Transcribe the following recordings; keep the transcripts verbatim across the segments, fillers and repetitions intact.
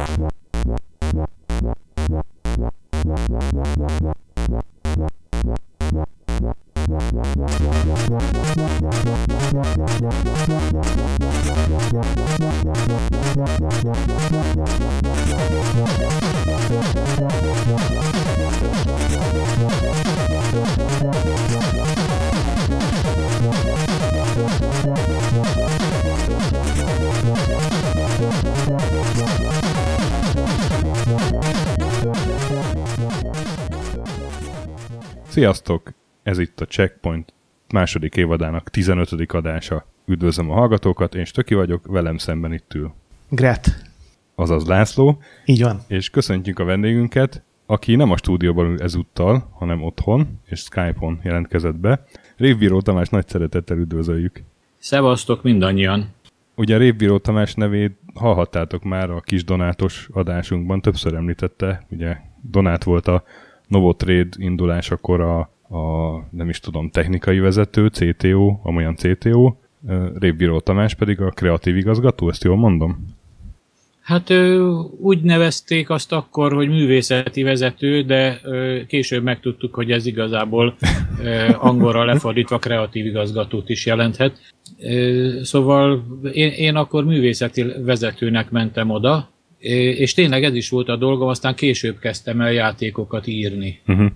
Sziasztok! Ez itt a Checkpoint második évadának tizenötödik adása. Üdvözlöm a hallgatókat, én Stöki vagyok, velem szemben itt ül Gret. Azaz László. Így van. És köszöntjük a vendégünket, aki nem a stúdióban ül ezúttal, hanem otthon, és Skype-on jelentkezett be. Révbíró Tamás, nagy szeretettel üdvözöljük. Szevasztok mindannyian! Ugye Révbíró Tamás nevét hallhattátok már a kis Donátos adásunkban, többször említette, ugye Donát volt a Novotrade indulásakor a, a, nem is tudom, technikai vezető, cé té o, amolyan cé té o, Révbíró Tamás pedig a kreatív igazgató, ezt jól mondom? Hát úgy nevezték azt akkor, hogy művészeti vezető, de később megtudtuk, hogy ez igazából angolra lefordítva kreatív igazgatót is jelenthet. Szóval én, én akkor művészeti vezetőnek mentem oda, és tényleg ez is volt a dolgom, aztán később kezdtem el játékokat írni. Uh-huh.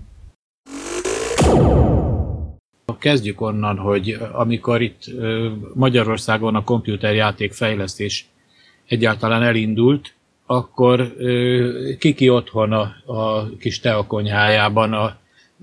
Kezdjük onnan, hogy amikor itt Magyarországon a komputerjáték fejlesztés egyáltalán elindult, akkor kiki otthon a, a kis teakonyhájában a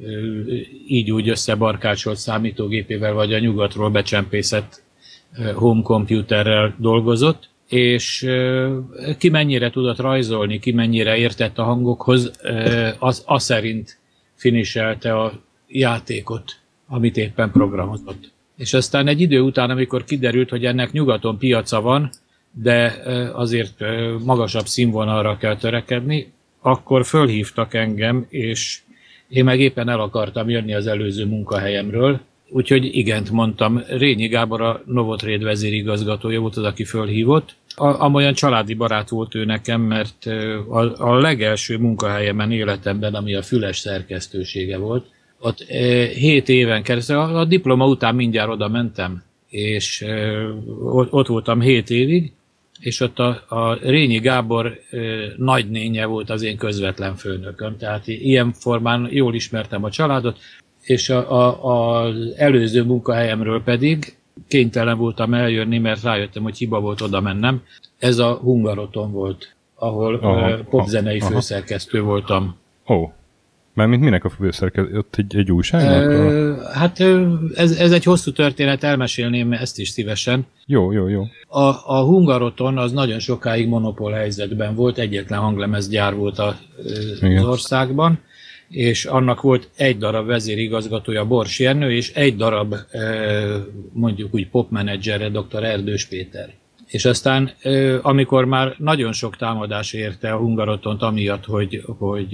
így úgy összebarkácsolt számítógépével vagy a nyugatról becsempészett home computerrel dolgozott, és ki mennyire tudott rajzolni, ki mennyire értett a hangokhoz, az, az szerint finiselte a játékot, amit éppen programozott. És aztán egy idő után, amikor kiderült, hogy ennek nyugaton piaca van, de azért magasabb színvonalra kell törekedni, akkor fölhívtak engem, és én meg éppen el akartam jönni az előző munkahelyemről, úgyhogy igent mondtam. Rényi Gábor, a Novotrade vezérigazgatója volt az, aki fölhívott. A, amolyan családi barát volt ő nekem, mert a, a legelső munkahelyemen életemben, ami a füles szerkesztősége volt, ott hét éven keresztül, a, a diploma után mindjárt oda mentem, és ott, ott voltam hét évig, és ott a, a Rényi Gábor e, nagynénye volt az én közvetlen főnököm, tehát ilyen formán jól ismertem a családot, és a, a, az előző munkahelyemről pedig kénytelen voltam eljönni, mert rájöttem, hogy hiba volt oda mennem. Ez a Hungaroton volt, ahol aha, popzenei aha. főszerkesztő voltam. Ó, oh. Mármint minek a főszerkesztő? Ott egy, egy újságnak? E, hát ez, ez egy hosszú történet, elmesélném ezt is szívesen. Jó, jó, jó. A, a Hungaroton az nagyon sokáig monopól helyzetben volt, egyetlen hanglemezgyár volt a, az országban, és annak volt egy darab vezérigazgatója, Bors Jenő, és egy darab mondjuk úgy popmenedzsere, dr. Erdős Péter. És aztán, amikor már nagyon sok támadás érte a Hungarotont amiatt, hogy, hogy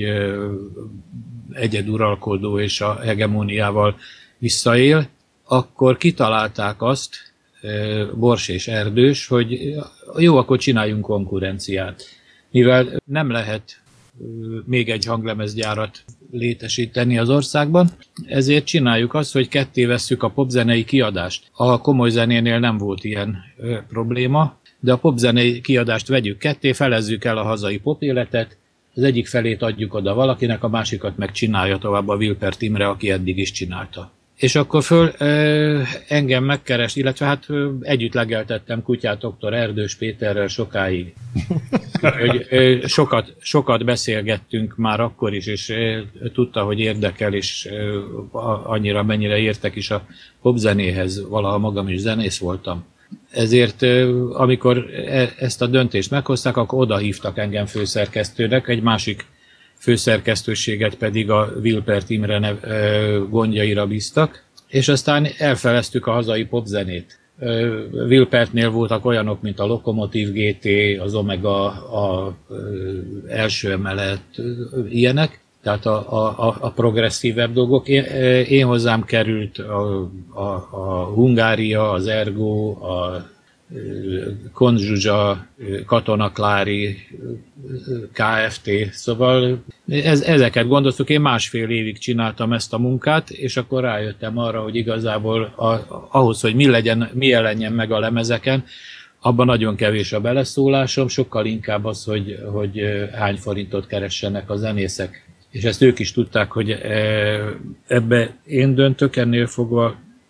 egyeduralkodó és a hegemóniával visszaél, akkor kitalálták azt, Bors és Erdős, hogy jó, akkor csináljunk konkurenciát. Mivel nem lehet még egy hanglemezgyárat létesíteni az országban, ezért csináljuk azt, hogy ketté vesszük a popzenei kiadást. A komoly zenénél nem volt ilyen ö, probléma, de a popzenei kiadást vegyük ketté, felezzük el a hazai popéletet, az egyik felét adjuk oda valakinek, a másikat meg csinálja tovább a Wilpert Imre, aki eddig is csinálta. És akkor föl ö, engem megkeres, illetve hát ö, együtt legeltettem kutyát dr. Erdős Péterrel sokáig. Hogy, ö, sokat, sokat beszélgettünk már akkor is, és ö, tudta, hogy érdekel, és ö, annyira, mennyire értek is a popzenéhez, valaha magam is zenész voltam. Ezért ö, amikor e, ezt a döntést meghozták, akkor oda hívtak engem főszerkesztőnek, egy másik főszerkesztőséget pedig a Wilpert Imre nev, ö, gondjaira bíztak, és aztán elfeleztük a hazai popzenét. Ö, Wilpertnél voltak olyanok, mint a Lokomotív gé té, az Omega, a, a ö, első emelet, ö, ilyenek, tehát a, a, a progresszívebb dolgok. Én, én hozzám került a, a, a Hungária, az Ergo, a Konzsuzsa, Katona Klári, Kft. Szóval ez, ezeket gondoztuk, én másfél évig csináltam ezt a munkát, és akkor rájöttem arra, hogy igazából a, ahhoz, hogy mi legyen, mi jelenjen meg a lemezeken, abban nagyon kevés a beleszólásom, sokkal inkább az, hogy, hogy hány forintot keressenek a zenészek. És ezt ők is tudták, hogy ebbe én döntök, ennél fogva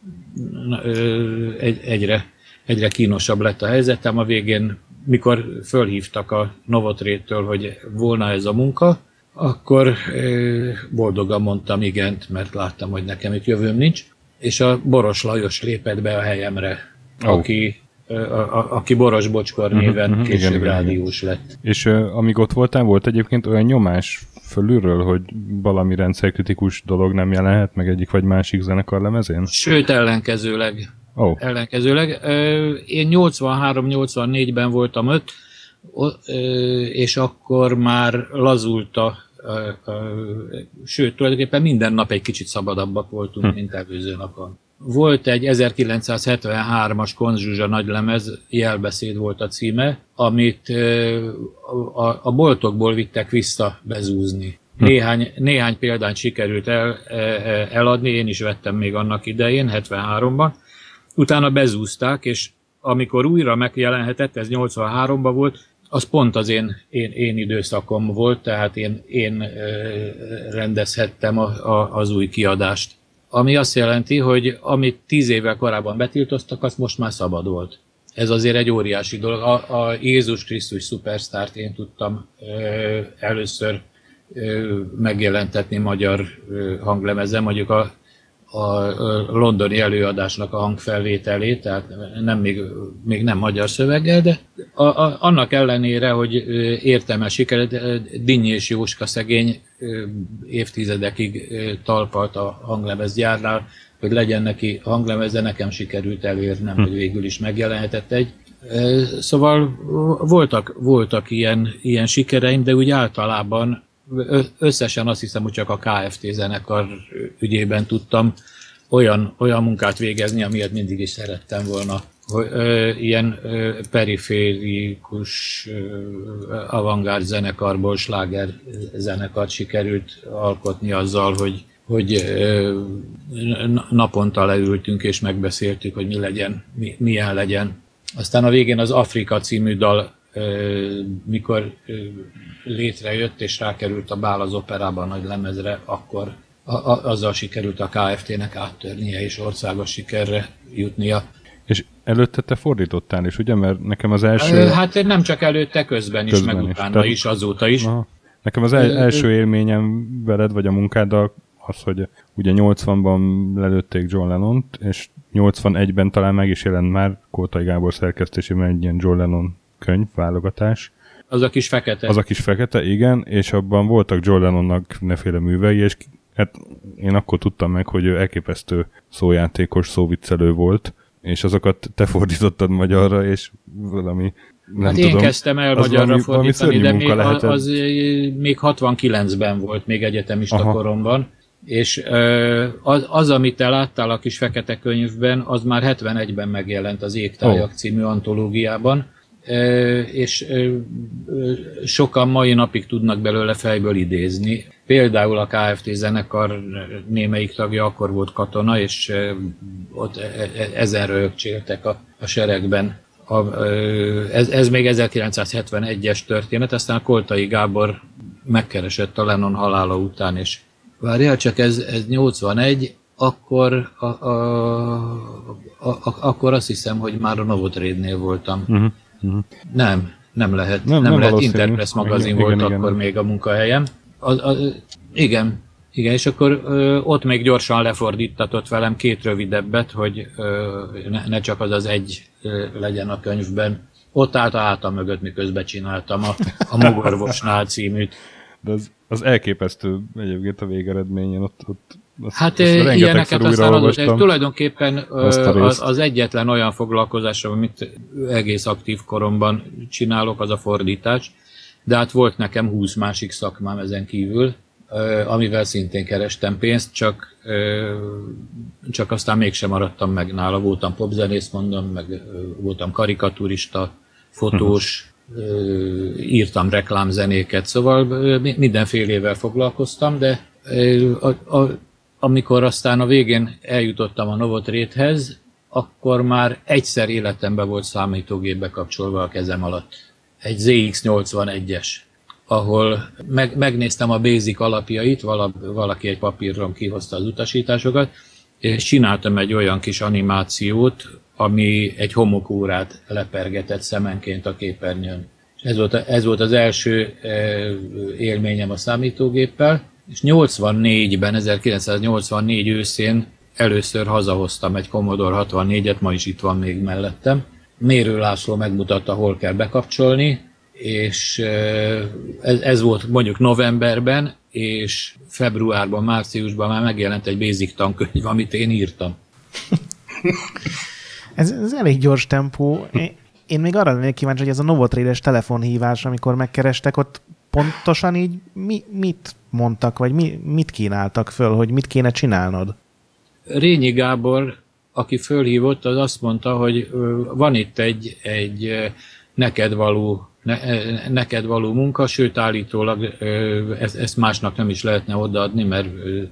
egy, egyre, egyre kínosabb lett a helyzetem. A végén, mikor fölhívtak a Novotrade-től, hogy volna ez a munka, akkor boldogan mondtam igent, mert láttam, hogy nekem itt jövőm nincs. És a Boros Lajos lépett be a helyemre, oh. aki A, a, aki Boros Bocskor néven uh-huh, később igen, rádiós igen. lett. És uh, amíg ott voltál, volt egyébként olyan nyomás fölülről, hogy valami rendszerkritikus dolog nem jelenhet meg egyik vagy másik zenekar lemezén? Sőt, ellenkezőleg. Oh. Ellenkezőleg. Én nyolcvanhárom nyolcvannégyben voltam ott, és akkor már lazult a, a, a sőt, tulajdonképpen minden nap egy kicsit szabadabbak voltunk, hm. mint előző napon. Volt egy ezerkilencszázhetvenhármas Konzsuzsa nagylemez, Jelbeszéd volt a címe, amit a, a boltokból vittek vissza bezúzni. Néhány, néhány példányt sikerült el, eladni, én is vettem még annak idején, hetvenháromban. Utána bezúzták, és amikor újra megjelenhetett, ez nyolcvanháromban volt, az pont az én, én, én időszakom volt, tehát én, én rendezhettem a, a, az új kiadást. Ami azt jelenti, hogy amit tíz évvel korábban betiltoztak, az most már szabad volt. Ez azért egy óriási dolog. A, a Jézus Krisztus szupersztárt én tudtam ö, először ö, megjelentetni magyar ö, hanglemezen, mondjuk a, a, a londoni előadásnak a hangfelvételét, tehát nem, még, még nem magyar szöveggel, de a, a, annak ellenére, hogy értem el sikeret, Dinnyi és Jóska szegény évtizedekig talpalt a hanglemezgyárnál, hogy legyen neki hanglemeze, nekem sikerült elérnem, hm. hogy végül is megjelenhetett egy. Szóval voltak, voltak ilyen, ilyen sikereim, de úgy általában összesen azt hiszem, hogy csak a Kft. Zenekar ügyében tudtam olyan, olyan munkát végezni, amilyet mindig is szerettem volna. Hogy, ö, ilyen ö, periférikus ö, avantgárd zenekarból sláger zenekart sikerült alkotni azzal, hogy, hogy ö, naponta leültünk és megbeszéltük, hogy mi legyen, mi, milyen legyen. Aztán a végén az Afrika című dal, ö, mikor ö, létrejött és rákerült a Bál az Operában nagy lemezre, akkor a, a, azzal sikerült a Kft-nek áttörnie és országos sikerre jutnia. És előtte te fordítottál is, ugye? Mert nekem az első... Hát nem csak előtte, közben, közben is, meg is. utána Tehát... is, azóta is. Aha. Nekem az el- első élményem veled, vagy a munkáddal az, hogy ugye nyolcvanban lelőtték John Lennont, és nyolcvanegyben talán meg is jelent már Kótai Gábor szerkesztésében egy ilyen John Lennon könyv, válogatás. Az a kis fekete. Az a kis fekete, igen, és abban voltak John Lennonnak mindenféle művei, és hát én akkor tudtam meg, hogy ő elképesztő szójátékos, szóviccelő volt, és azokat te fordítottad magyarra, és valami, nem hát tudom. Én kezdtem el magyarra valami, fordítani, valami de még az, az még hatvankilencben volt, még egyetemista Aha. koromban, és az, az, amit te láttál a kis fekete könyvben, az már hetvenegyben megjelent az Égtájak oh. című antológiában, és sokan mai napig tudnak belőle fejből idézni. Például a Kft. Zenekar némelyik tagja akkor volt katona, és ott ezen röhögcséltek a, a seregben. A, ez, ez még ezerkilencszázhetvenegyes történet, aztán a Koltai Gábor megkeresett a Lennon halála után, és várjál csak, ez, ez nyolcvanegy, akkor, a, a, a, a, akkor azt hiszem, hogy már a Novotrade-nél voltam. Uh-huh. Uh-huh. Nem, nem lehet. Nem, nem, nem lehet. Interpress magazin igen, volt igen, akkor igen. még a munkahelyem. Az, az, igen, igen, és akkor ö, ott még gyorsan lefordítatott velem két rövidebbet, hogy ö, ne, ne csak az az egy ö, legyen a könyvben. Ott állt a hátam mögött, miközben csináltam a, a Mogorvosnál címűt. De az, az elképesztő egyébként a végeredményen. Ott, ott, azt, hát azt ilyeneket aztán adott, tulajdonképpen az, az egyetlen olyan foglalkozás, amit egész aktív koromban csinálok, az a fordítás. De hát volt nekem húsz másik szakmám ezen kívül, amivel szintén kerestem pénzt, csak, csak aztán mégsem maradtam meg nála. Voltam popzenész, mondom, meg voltam karikaturista, fotós, írtam reklámzenéket, szóval mindenfélével foglalkoztam, de a, a, amikor aztán a végén eljutottam a Novotrade-hez, akkor már egyszer életemben volt számítógép bekapcsolva a kezem alatt. Egy zé iksz nyolcvanegyes, ahol meg, megnéztem a basic alapjait, vala, valaki egy papírról kihozta az utasításokat, és csináltam egy olyan kis animációt, ami egy homokórát lepergetett szemenként a képernyőn. És ez volt, ez volt az első élményem a számítógéppel, és nyolcvannégyben, ezerkilencszáznyolcvannégy őszén először hazahoztam egy Commodore hatvannégyet, ma is itt van még mellettem. Mérő László megmutatta, hol kell bekapcsolni, és ez, ez volt mondjuk novemberben, és februárban, márciusban már megjelent egy basic tankönyv, amit én írtam. ez, ez elég gyors tempó. Én még arra lennék kíváncsi, hogy ez a Novotrade-es telefonhívás, amikor megkerestek, ott pontosan így mi, mit mondtak, vagy mi, mit kínáltak föl, hogy mit kéne csinálnod? Rényi Gábor, aki fölhívott, az azt mondta, hogy van itt egy, egy neked való, ne, neked való munka, sőt állítólag ezt, ezt másnak nem is lehetne odaadni, mert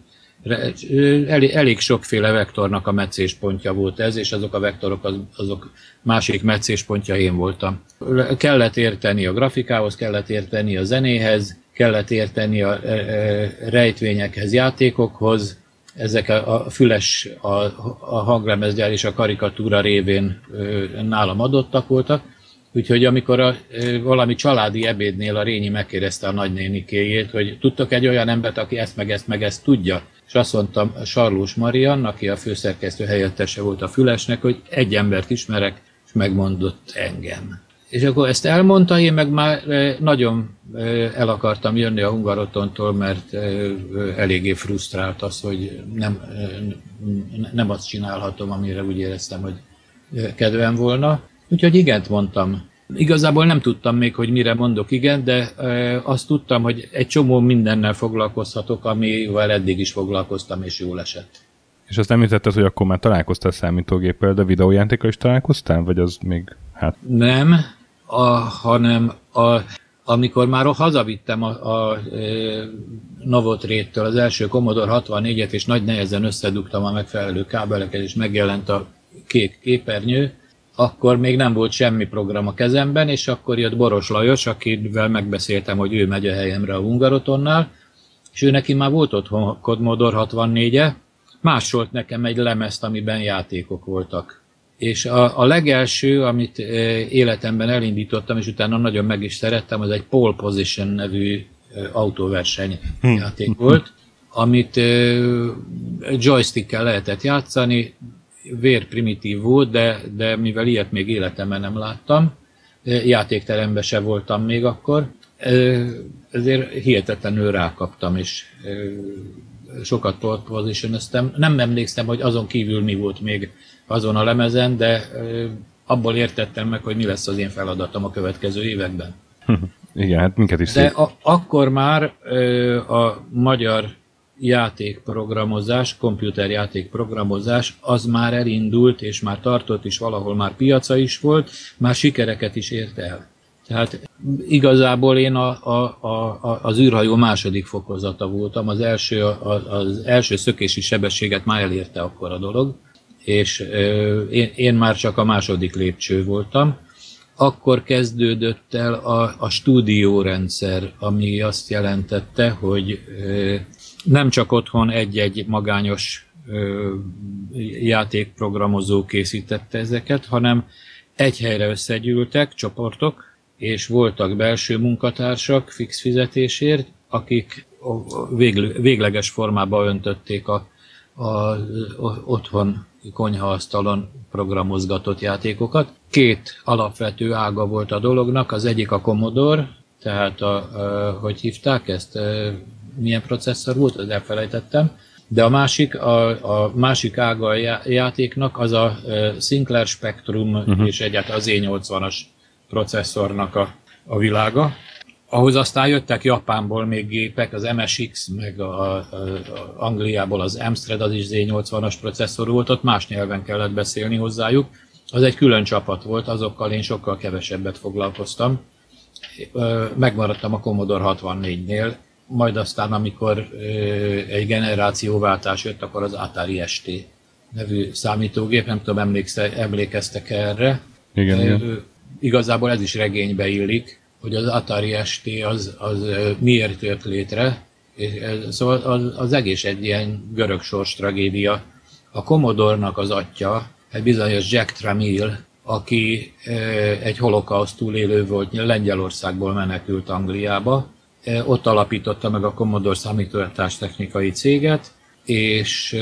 elég, elég sokféle vektornak a meccéspontja volt ez, és azok a vektorok az, azok másik meccéspontja én voltam. Kellett érteni a grafikához, kellett érteni a zenéhez, kellett érteni a rejtvényekhez, játékokhoz. Ezek a, a füles, a, a hanglemezgyár és a karikatúra révén ö, nálam adottak voltak. Úgyhogy amikor a, ö, valami családi ebédnél a Rényi megkérdezte a nagynénikéjét, hogy tudtok egy olyan embert, aki ezt meg ezt meg ezt tudja? És azt mondtam Sarlós Marian, aki a főszerkesztő helyettese volt a Fülesnek, hogy egy embert ismerek, és megmondott engem. És akkor ezt elmondta, én meg már nagyon el akartam jönni a Hungarotontól, mert eléggé frusztrált az, hogy nem, nem azt csinálhatom, amire úgy éreztem, hogy kedvem volna. Úgyhogy igent mondtam. Igazából nem tudtam még, hogy mire mondok igen, de azt tudtam, hogy egy csomó mindennel foglalkozhatok, amivel eddig is foglalkoztam, és jól esett. És azt említetted, hogy akkor már találkoztál számítógéppel, de videójátékkal is találkoztál? Vagy az még, hát... Nem, a, hanem a, amikor már hazavittem a, a, a Novotrade-től az első Commodore hatvannégyet, és nagy nehezen összedugtam a megfelelő kábeleket, és megjelent a kék képernyő, akkor még nem volt semmi program a kezemben, és akkor jött Boros Lajos, akivel megbeszéltem, hogy ő megy a helyemre a Hungarotonnál, és ő neki már volt otthon Commodore hatvannégye, másolt nekem egy lemezt, amiben játékok voltak. És a, a legelső, amit e, életemben elindítottam, és utána nagyon meg is szerettem, az egy Pole Position nevű e, autóverseny játék volt, amit e, joystickkel lehetett játszani, vérprimitív volt, de, de mivel ilyet még életemben nem láttam, e, játékteremben se voltam még akkor, e, ezért hihetetlenül rákaptam, és e, sokat pole position-öztem. Nem emlékszem, hogy azon kívül mi volt még azon a lemezen, de abból értettem meg, hogy mi lesz az én feladatom a következő években. Igen, hát minket is de a, akkor már a magyar játékprogramozás, komputerjátékprogramozás, az már elindult, és már tartott is, valahol már piaca is volt, már sikereket is ért el. Tehát igazából én a, a, a, az űrhajó második fokozata voltam, az első, a, az első szökési sebességet már elérte akkor a dolog, és ö, én, én már csak a második lépcső voltam. Akkor kezdődött el a, a stúdiórendszer, ami azt jelentette, hogy ö, nem csak otthon egy-egy magányos ö, játékprogramozó készítette ezeket, hanem egy helyre összegyűltek csoportok, és voltak belső munkatársak fix fizetésért, akik végleges formába öntötték a, a, a otthon konyhaasztalon programozgatott játékokat. Két alapvető ága volt a dolognak, az egyik a Commodore, tehát a, a, hogy hívták ezt, milyen processzor volt, azt elfelejtettem, de a másik, a, a másik ága a játéknak az a Sinclair Spectrum uh-huh. és egyáltalán az zé nyolcvanas processzornak a, a világa. Ahhoz aztán jöttek Japánból még gépek, az em es iksz, meg a, a, a Angliából az Amstrad, az is zé nyolcvanas processzor volt, ott más nyelven kellett beszélni hozzájuk. Az egy külön csapat volt, azokkal én sokkal kevesebbet foglalkoztam. megmaradtam a Commodore hatvannégynél, majd aztán, amikor egy generációváltás jött, akkor az Atari es té nevű számítógép, nem tudom, emlékeztek erre. Igen, igen. Igazából ez is regénybe illik, hogy az Atari es té az, az miért jött létre. Szóval az, az egész egy ilyen görög sors tragédia. A Commodore-nak az atya, egy bizonyos Jack Tramiel, aki egy holokauszt túlélő volt, Lengyelországból menekült Angliába. Ott alapította meg a Commodore számítógéptechnikai céget, és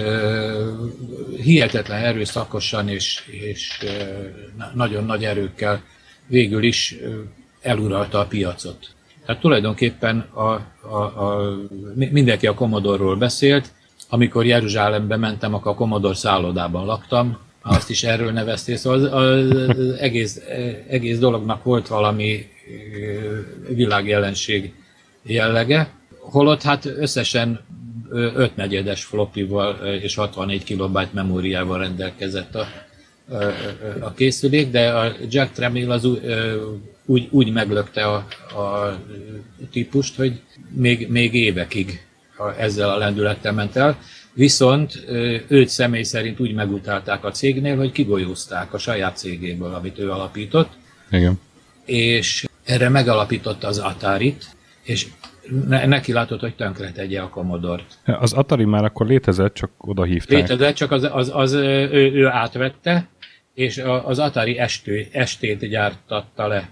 hihetetlen erőszakosan és, és nagyon nagy erőkkel végül is eluralta a piacot. Tehát tulajdonképpen a, a, a, mindenki a Commodore-ról beszélt. Amikor Jeruzsálembe mentem, akkor a Commodore szállodában laktam, azt is erről nevezték, szóval az, az egész, egész dolognak volt valami világjelenség jellege, holott hát összesen ötnegyedes floppyval és hatvannégy kilobyte memóriával rendelkezett a, a, a készülék, de a Jack Tramiel az úgy, úgy meglökte a, a típust, hogy még, még évekig ezzel a lendülettel ment el. Viszont őt személy szerint úgy megutálták a cégnél, hogy kigolyózták a saját cégéből, amit ő alapított. Igen. És erre megalapította az Atarit, és ne, neki látott, hogy tönkre tegye a Commodore-t. Az Atari már akkor létezett, csak oda hívták. Létezett, csak az, az, az ő, ő átvette, és az Atari es té-t gyártatta le.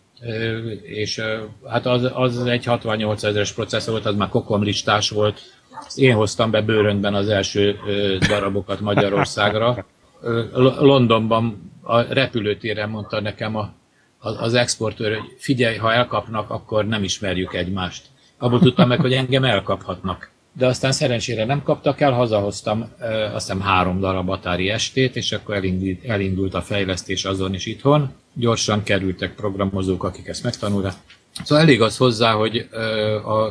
És hát az, az egy hatvannyolc ezeres processzor volt, az már kokomlistás volt. Én hoztam be bőröntben az első darabokat Magyarországra. Londonban a repülőtéren mondta nekem a, az exportőr, hogy figyelj, ha elkapnak, akkor nem ismerjük egymást. Abból tudtam meg, hogy engem elkaphatnak. De aztán szerencsére nem kaptak el, hazahoztam azt hiszem három darab Atari es té-t, és akkor elindult, elindult a fejlesztés azon is itthon. Gyorsan kerültek programozók, akik ezt megtanulták. Szóval elég az hozzá, hogy a,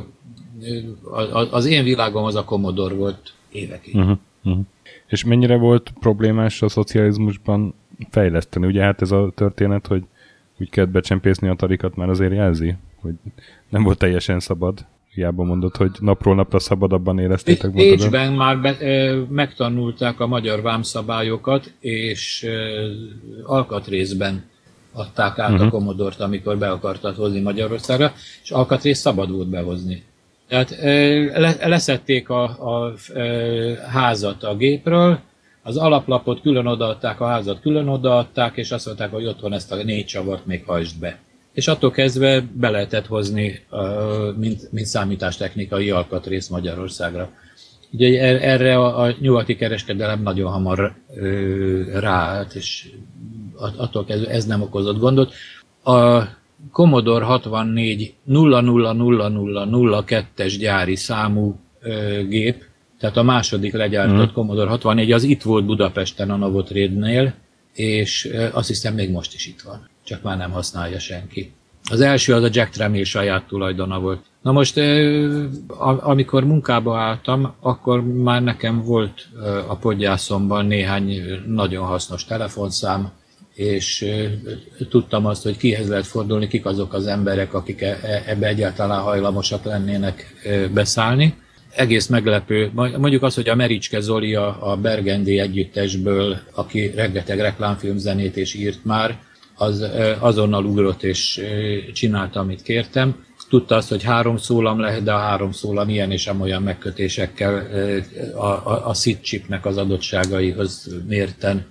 a, az én világom az a Commodore volt évekig. Uh-huh, uh-huh. És mennyire volt problémás a szocializmusban fejleszteni? Ugye hát ez a történet, hogy úgy kellett becsempészni a tarikat, már azért jelzi, hogy nem volt teljesen szabad. Hiába mondod, hogy napról napra szabadabban éreztétek. Bécsben már be, e, megtanulták a magyar vámszabályokat, és e, alkatrészben adták át uh-huh. a Commodore-t, amikor be akartad hozni Magyarországra, és alkatrész szabad volt behozni. Tehát e, le, leszették a, a e, házat a gépről, az alaplapot külön odaadták, a házat külön odaadták, és azt mondták, hogy otthon ezt a négy csavart még hajtsd be. És attól kezdve be lehetett hozni, mint, mint számítástechnikai alkatrész Magyarországra. Ugye erre a, a nyugati kereskedelem nagyon hamar ráállt, és attól kezdve ez nem okozott gondot. A Commodore hatvannégy nulla nulla nulla nulla nulla kettes gyári számú gép, tehát a második legyártott mm. Commodore hatvannégy, az itt volt Budapesten a Novotrade-nél, és azt hiszem még most is itt van, csak már nem használja senki. Az első az a Jack Tramiel saját tulajdona volt. Na most, amikor munkába álltam, akkor már nekem volt a podgyászomban néhány nagyon hasznos telefonszám, és tudtam azt, hogy kihez lehet fordulni, kik azok az emberek, akik ebbe egyáltalán hajlamosak lennének beszállni. Egész meglepő. Mondjuk az, hogy a Mericske Zoli a Burgundy együttesből, aki rengeteg reklámfilmzenét is írt már, az azonnal ugrott és csinálta, amit kértem. Tudta azt, hogy három szólam lehet, de a három szólam ilyen és amolyan megkötésekkel a, a, a SID chipnek az adottságaihoz mérten,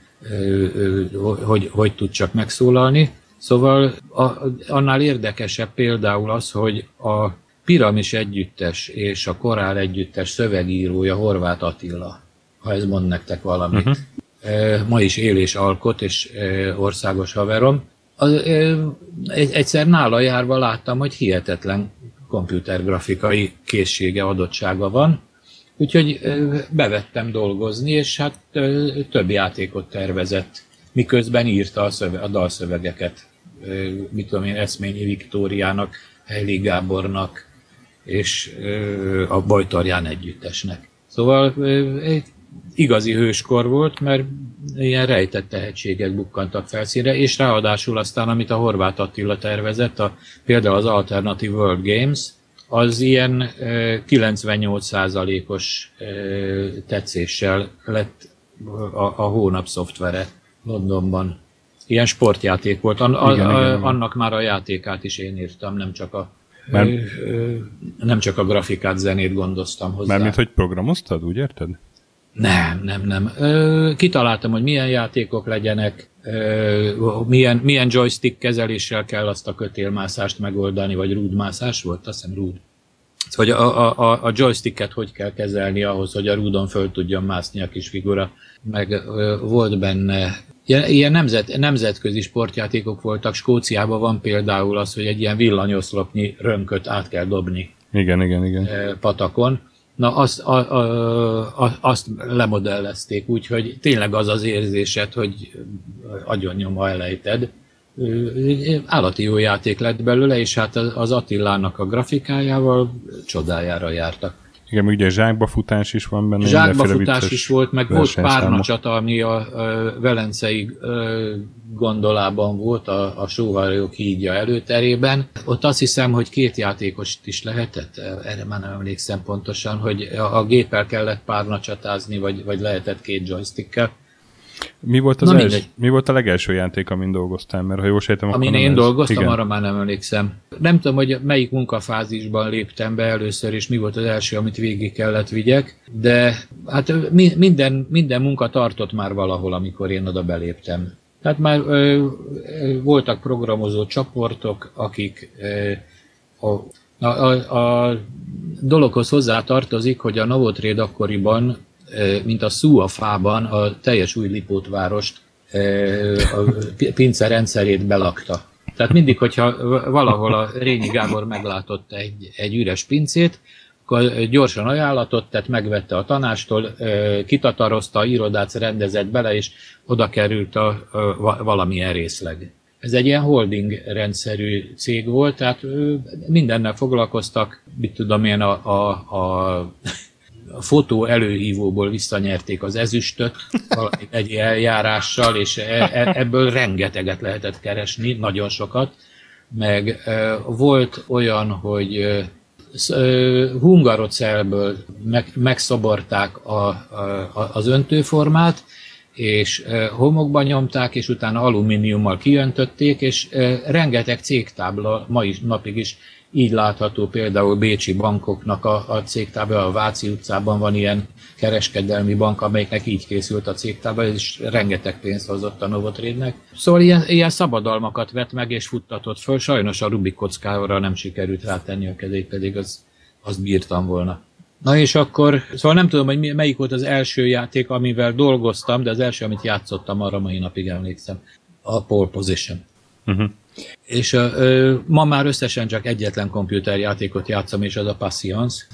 hogy, hogy tud csak megszólalni. Szóval a, annál érdekesebb például az, hogy a Piramis együttes és a Korál együttes szövegírója Horváth Attila, ha ez mond nektek valamit. Uh-huh. Ma is él és alkot, és országos haverom. Az, egyszer nála járva láttam, hogy hihetetlen komputergrafikai készsége, adottsága van. Úgyhogy bevettem dolgozni, és hát több játékot tervezett, miközben írta a, szöve, a dalszövegeket. Mit tudom én, Eszményi Viktóriának, Heili Gábornak, és a Bajtarján együttesnek. Szóval igazi hőskor volt, mert ilyen rejtett tehetségek bukkantak felszínre, és ráadásul aztán, amit a Horváth Attila tervezett, a, például az Alternative World Games, az ilyen kilencvennyolc százalékos tetszéssel lett a, a hónap szoftvere Londonban. Ilyen sportjáték volt. An, a, igen, a, igen, igen. Annak már a játékát is én írtam, nem csak a, Már... ö, ö, nem csak a grafikát, zenét gondoztam hozzá. Mármint, hogy programoztad, úgy érted? Nem, nem, nem. Ö, kitaláltam, hogy milyen játékok legyenek, ö, milyen, milyen joystick kezeléssel kell azt a kötélmászást megoldani, vagy rúdmászás volt, azt hiszem rúd. Hogy a, a, a joysticket hogy kell kezelni ahhoz, hogy a rúdon föl tudjon mászni a kis figura. Meg ö, volt benne, ilyen, ilyen nemzet, nemzetközi sportjátékok voltak. Skóciában van például az, hogy egy ilyen villanyoszlopnyi rönköt át kell dobni. Igen, igen, igen. Ö, patakon. Na, azt, a, a, a, azt lemodellezték, úgyhogy tényleg az az érzésed, hogy agyonnyomva elejted. Állati jó játék lett belőle, és hát az Attilának a grafikájával csodájára jártak. Igen, ugye zsákba futás is van benne. Zsákba futás is volt, meg volt párnacsata, ami a, a velencei gondolában volt, a, a Sóharjok hídja előterében. Ott azt hiszem, hogy két játékost is lehetett, erre már nem emlékszem pontosan, hogy a, a géppel kellett párnacsatázni, vagy, vagy lehetett két joystickkel. Mi volt, az els, mi volt a legelső játék, amin dolgoztál? Mert ha jól sejtem, akkor amin én ez... dolgoztam, igen. Arra már nem emlékszem. Nem tudom, hogy melyik munkafázisban léptem be először, és mi volt az első, amit végig kellett vigyek, de hát minden, minden munka tartott már valahol, amikor én oda beléptem. Tehát már ö, ö, voltak programozó csoportok, akik ö, a, a, a, a dologhoz hozzá tartozik, hogy a Novotrade akkoriban, mint a szú a fában, a teljes új Lipótvárost, a pince rendszerét belakta. Tehát mindig, hogyha valahol a Rényi Gábor meglátott egy, egy üres pincét, akkor gyorsan ajánlatot tett, megvette a tanástól, kitatarozta, irodát rendezett bele, és oda került a, a valamilyen részleg. Ez egy ilyen holding rendszerű cég volt, tehát mindennel foglalkoztak, mit tudom én, a, a, a a fotó előhívóból visszanyerték az ezüstöt egy eljárással, és ebből rengeteget lehetett keresni, nagyon sokat. Meg volt olyan, hogy hungarocelből megszoborták a, a, az öntőformát, és homokba nyomták, és utána alumíniummal kiöntötték, és rengeteg cégtábla ma is, napig is így látható, például bécsi bankoknak a, a cégtábla, a Váci utcában van ilyen kereskedelmi bank, amelyiknek így készült a cégtábla, és rengeteg pénzt hozott a Novotrade-nek. Szóval ilyen, ilyen szabadalmakat vett meg és futtatott föl, sajnos a Rubik kockára nem sikerült rátenni a kezét, pedig az, azt bírtam volna. Na és akkor, szóval nem tudom, hogy melyik volt az első játék, amivel dolgoztam, de az első, amit játszottam, arra mai napig emlékszem, a Pole Position. Uh-huh. És ö, ma már összesen csak egyetlen komputerjátékot játszom, és az a Passions.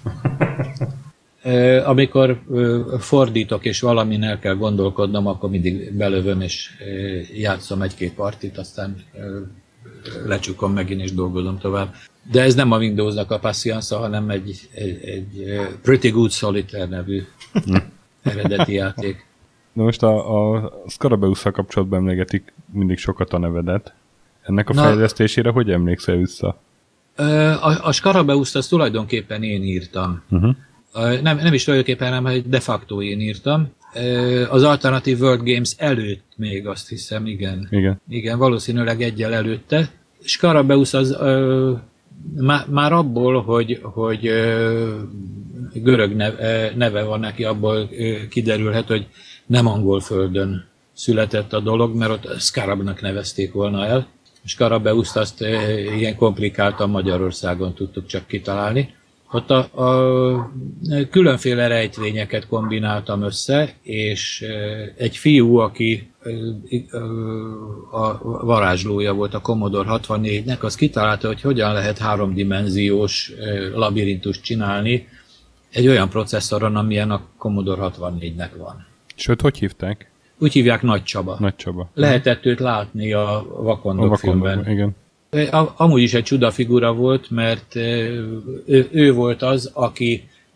ö, amikor ö, fordítok, és valamin el kell gondolkodnom, akkor mindig belövöm, és ö, játszom egy-két partit, aztán ö, lecsukom megint, és dolgozom tovább. De ez nem a Windowsnak a Passions, hanem egy, egy, egy Pretty Good Solitaire nevű eredeti játék. Na most a, a Scarabeus-szal kapcsolatban emlegetik mindig sokat a nevedet. Ennek a Na, fejlesztésére hogy emlékszel vissza? A, a Scarabeus-t azt tulajdonképpen én írtam. Uh-huh. Nem, nem is tulajdonképpen, hanem hogy de facto én írtam. Az Alternative World Games előtt még, azt hiszem, igen. Igen, igen valószínűleg egyel előtte. Scarabeus az ö, má, már abból, hogy, hogy ö, görög neve, neve van neki, abból ö, kiderülhet, hogy nem angol földön született a dolog, mert ott Scarabnak nevezték volna el. Scarabeust azt e, ilyen komplikáltan Magyarországon tudtuk csak kitalálni. Ott a, a különféle rejtvényeket kombináltam össze, és e, egy fiú, aki e, e, a varázslója volt a Commodore hatvannégynek, az kitalálta, hogy hogyan lehet háromdimenziós e, labirintust csinálni egy olyan processzoron, amilyen a Commodore hatvannégynek van. Sőt, hogy hívták? Úgy hívják Nagy Csaba. Nagy Csaba. Lehetett őt látni a Vakondok, a Vakondok filmben. Igen. Amúgy is egy csuda figura volt, mert ő, ő volt az, aki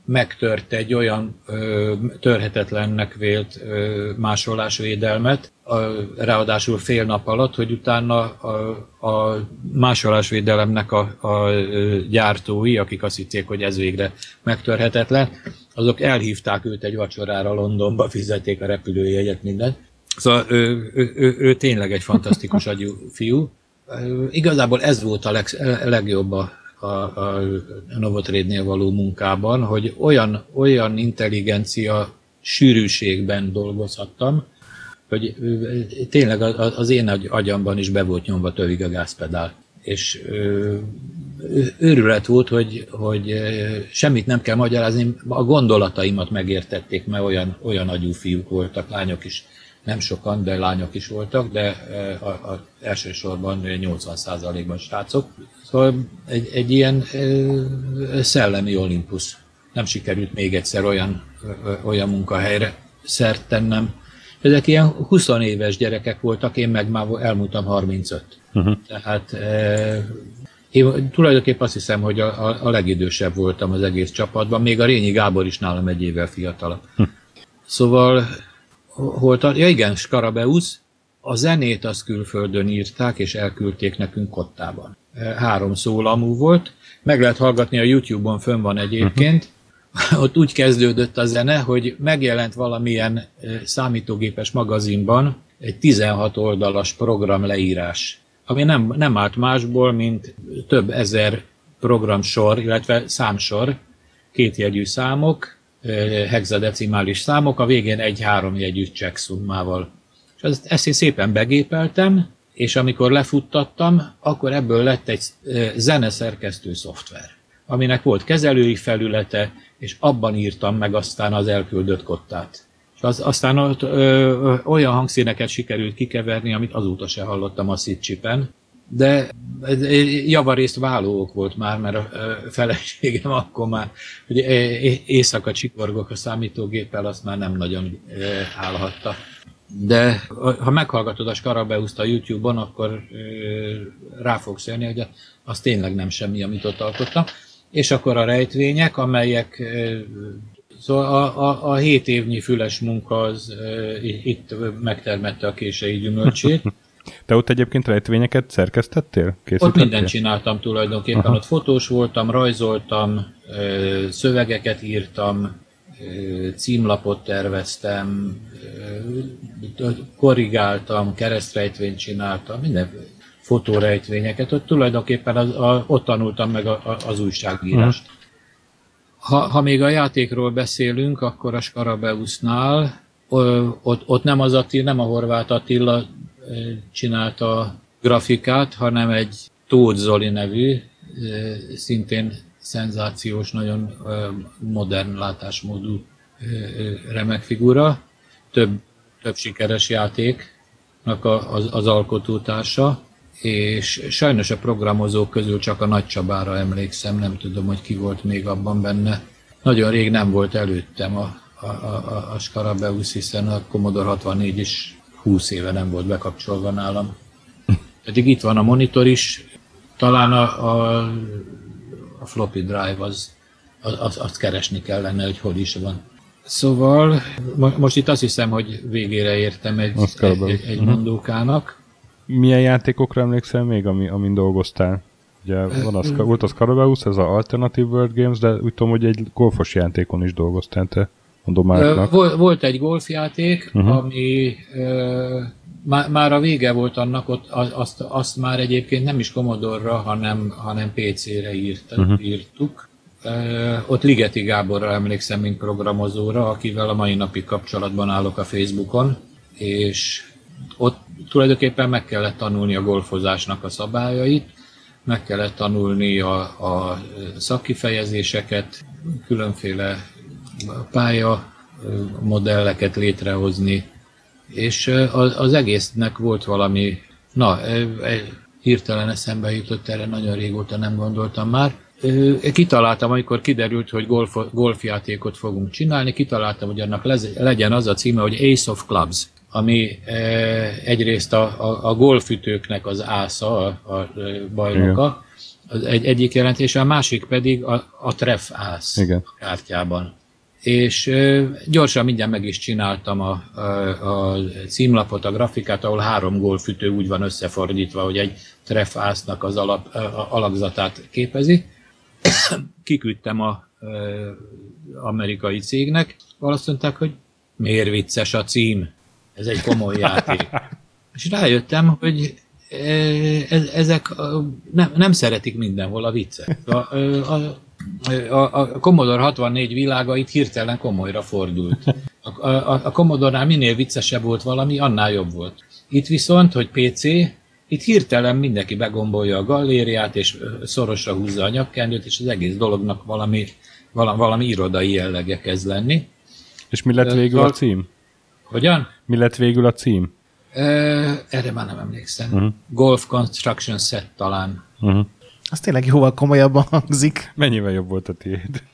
megtört egy olyan ö, törhetetlennek vélt ö, másolásvédelmet, a, ráadásul fél nap alatt, hogy utána a, a másolásvédelemnek a, a gyártói, akik azt hitték, hogy ez végre megtörhetetlen, azok elhívták őt egy vacsorára Londonba, fizették a repülőjegyet, mindent. Szóval ő, ő, ő, ő tényleg egy fantasztikus agyú fiú. Igazából ez volt a leg, legjobb a a, a Novotrade-nél való munkában, hogy olyan, olyan intelligencia sűrűségben dolgozhattam, hogy tényleg az én agyamban is be volt nyomva tövig a gázpedál. És őrület volt, hogy, hogy semmit nem kell magyarázni, a gondolataimat megértették, mert olyan, olyan agyú fiúk voltak, lányok is. Nem sokan, de lányok is voltak, de a, a elsősorban nyolcvan százalékban srácok. Szóval egy, egy ilyen ö, szellemi olimpusz. Nem sikerült még egyszer olyan, ö, olyan munkahelyre szert tennem. Ezek ilyen húsz éves gyerekek voltak, én meg már elmúltam harmincöt. Uh-huh. Tehát ö, én tulajdonképpen azt hiszem, hogy a, a, a legidősebb voltam az egész csapatban, még a Rényi Gábor is nálam egy évvel fiatalabb. Uh-huh. Szóval hol tart? Ja igen, Skarabeusz. A zenét azt külföldön írták, és elküldték nekünk Kottában. Három szólamú volt. Meg lehet hallgatni, a YouTube-on fönn van egyébként. Uh-huh. Ott úgy kezdődött a zene, hogy megjelent valamilyen számítógépes magazinban egy tizenhat oldalas programleírás, ami nem, nem állt másból, mint több ezer programsor, illetve számsor, kétjegyű számok, hexadecimális számok, a végén egy-három jegyű checkszummával. És ezt, ezt én szépen begépeltem, és amikor lefuttattam, akkor ebből lett egy zeneszerkesztő szoftver, aminek volt kezelői felülete, és abban írtam meg aztán az elküldött kottát. És az, aztán ott, ö, ö, olyan hangszíneket sikerült kikeverni, amit azóta se hallottam a SID-chipen, de javarészt válóok volt már, mert a feleségem akkor már, hogy éjszaka csikorgok a számítógéppel, azt már nem nagyon állhatta. De ha meghallgatod a Skarabeuszt a YouTube-on, akkor rá fogsz jönni, hogy az tényleg nem semmi, amit ott alkottam. És akkor a rejtvények, amelyek, szóval a, a, a hét évnyi füles munka az itt megtermette a kései gyümölcsét. Te ott egyébként rejtvényeket szerkesztettél? Ott mindent csináltam tulajdonképpen. Aha. Ott fotós voltam, rajzoltam, szövegeket írtam, címlapot terveztem, korrigáltam, keresztrejtvényt csináltam, minden fotórejtvényeket. Ott tulajdonképpen az, a, ott tanultam meg a, a, az újságírást. Ha, ha még a játékról beszélünk, akkor a Skarabeusznál ott, ott nem az Attila, nem a Horváth Attila csinálta a grafikát, hanem egy Tóth Zoli nevű, szintén szenzációs, nagyon modern látásmódú remek figura. Több, több sikeres játéknak az, az alkotótársa, és sajnos a programozók közül csak a Nagy Csabára emlékszem, nem tudom, hogy ki volt még abban benne. Nagyon rég nem volt előttem a, a, a, a Skarabeus, hiszen a Commodore hatvannégy is húsz éve nem volt bekapcsolva nálam. Pedig itt van a monitor is, talán a, a, a floppy drive, az, az, azt keresni kellene, hogy hol is van. Szóval most itt azt hiszem, hogy végére értem egy, egy, egy, egy mondókának. Milyen játékokra emlékszel még, ami, amin dolgoztál? Ugye van az, volt a Skarabeus, ez az Alternative World Games, de úgy tudom, hogy egy golfos játékon is dolgoztál te. Volt, volt egy golfjáték, uh-huh. ami uh, má, már a vége volt annak, ott azt, azt már egyébként nem is Commodore-ra, hanem, hanem pé cére írt, uh-huh. írtuk. Uh, ott Ligeti Gáborra emlékszem, mint programozóra, akivel a mai napig kapcsolatban állok a Facebookon, és ott tulajdonképpen meg kellett tanulni a golfozásnak a szabályait, meg kellett tanulni a, a szakkifejezéseket, különféle pálya modelleket létrehozni, és az, az egésznek volt valami, na, hirtelen eszembe jutott, erre nagyon régóta nem gondoltam már. Kitaláltam, amikor kiderült, hogy golf, golfjátékot fogunk csinálni, kitaláltam, hogy annak legyen az a címe, hogy Ace of Clubs, ami egyrészt a, a, a golfütőknek az ásza, a, a bajnoka, Az egy, egyik jelentése, a másik pedig a, a trefász Igen. kártyában. És ö, gyorsan mindjárt meg is csináltam a, a, a címlapot, a grafikát, ahol három gólfütő úgy van összefordítva, hogy egy trefásznak az alap, a, alakzatát képezi. Kiküldtem a ö, amerikai cégnek, azt mondták, hogy miért vicces a cím, ez egy komoly játék. És rájöttem, hogy ezek nem, nem szeretik mindenhol a viccet. A, a, a, a Commodore hatvannégy világa itt hirtelen komolyra fordult. A, a, a Commodore-nál minél viccesebb volt valami, annál jobb volt. Itt viszont, hogy pé cé, itt hirtelen mindenki begombolja a gallériát, és szorosra húzza a nyakkendőt, és az egész dolognak valami, valami, valami irodai jellege kezd lenni. És mi lett végül a cím? Hogyan? Mi lett végül a cím? Uh, erre már nem emlékszem. Uh-huh. Golf Construction Set talán. Uh-huh. Az tényleg jóval komolyabban hangzik. Mennyivel jobb volt a tiéd?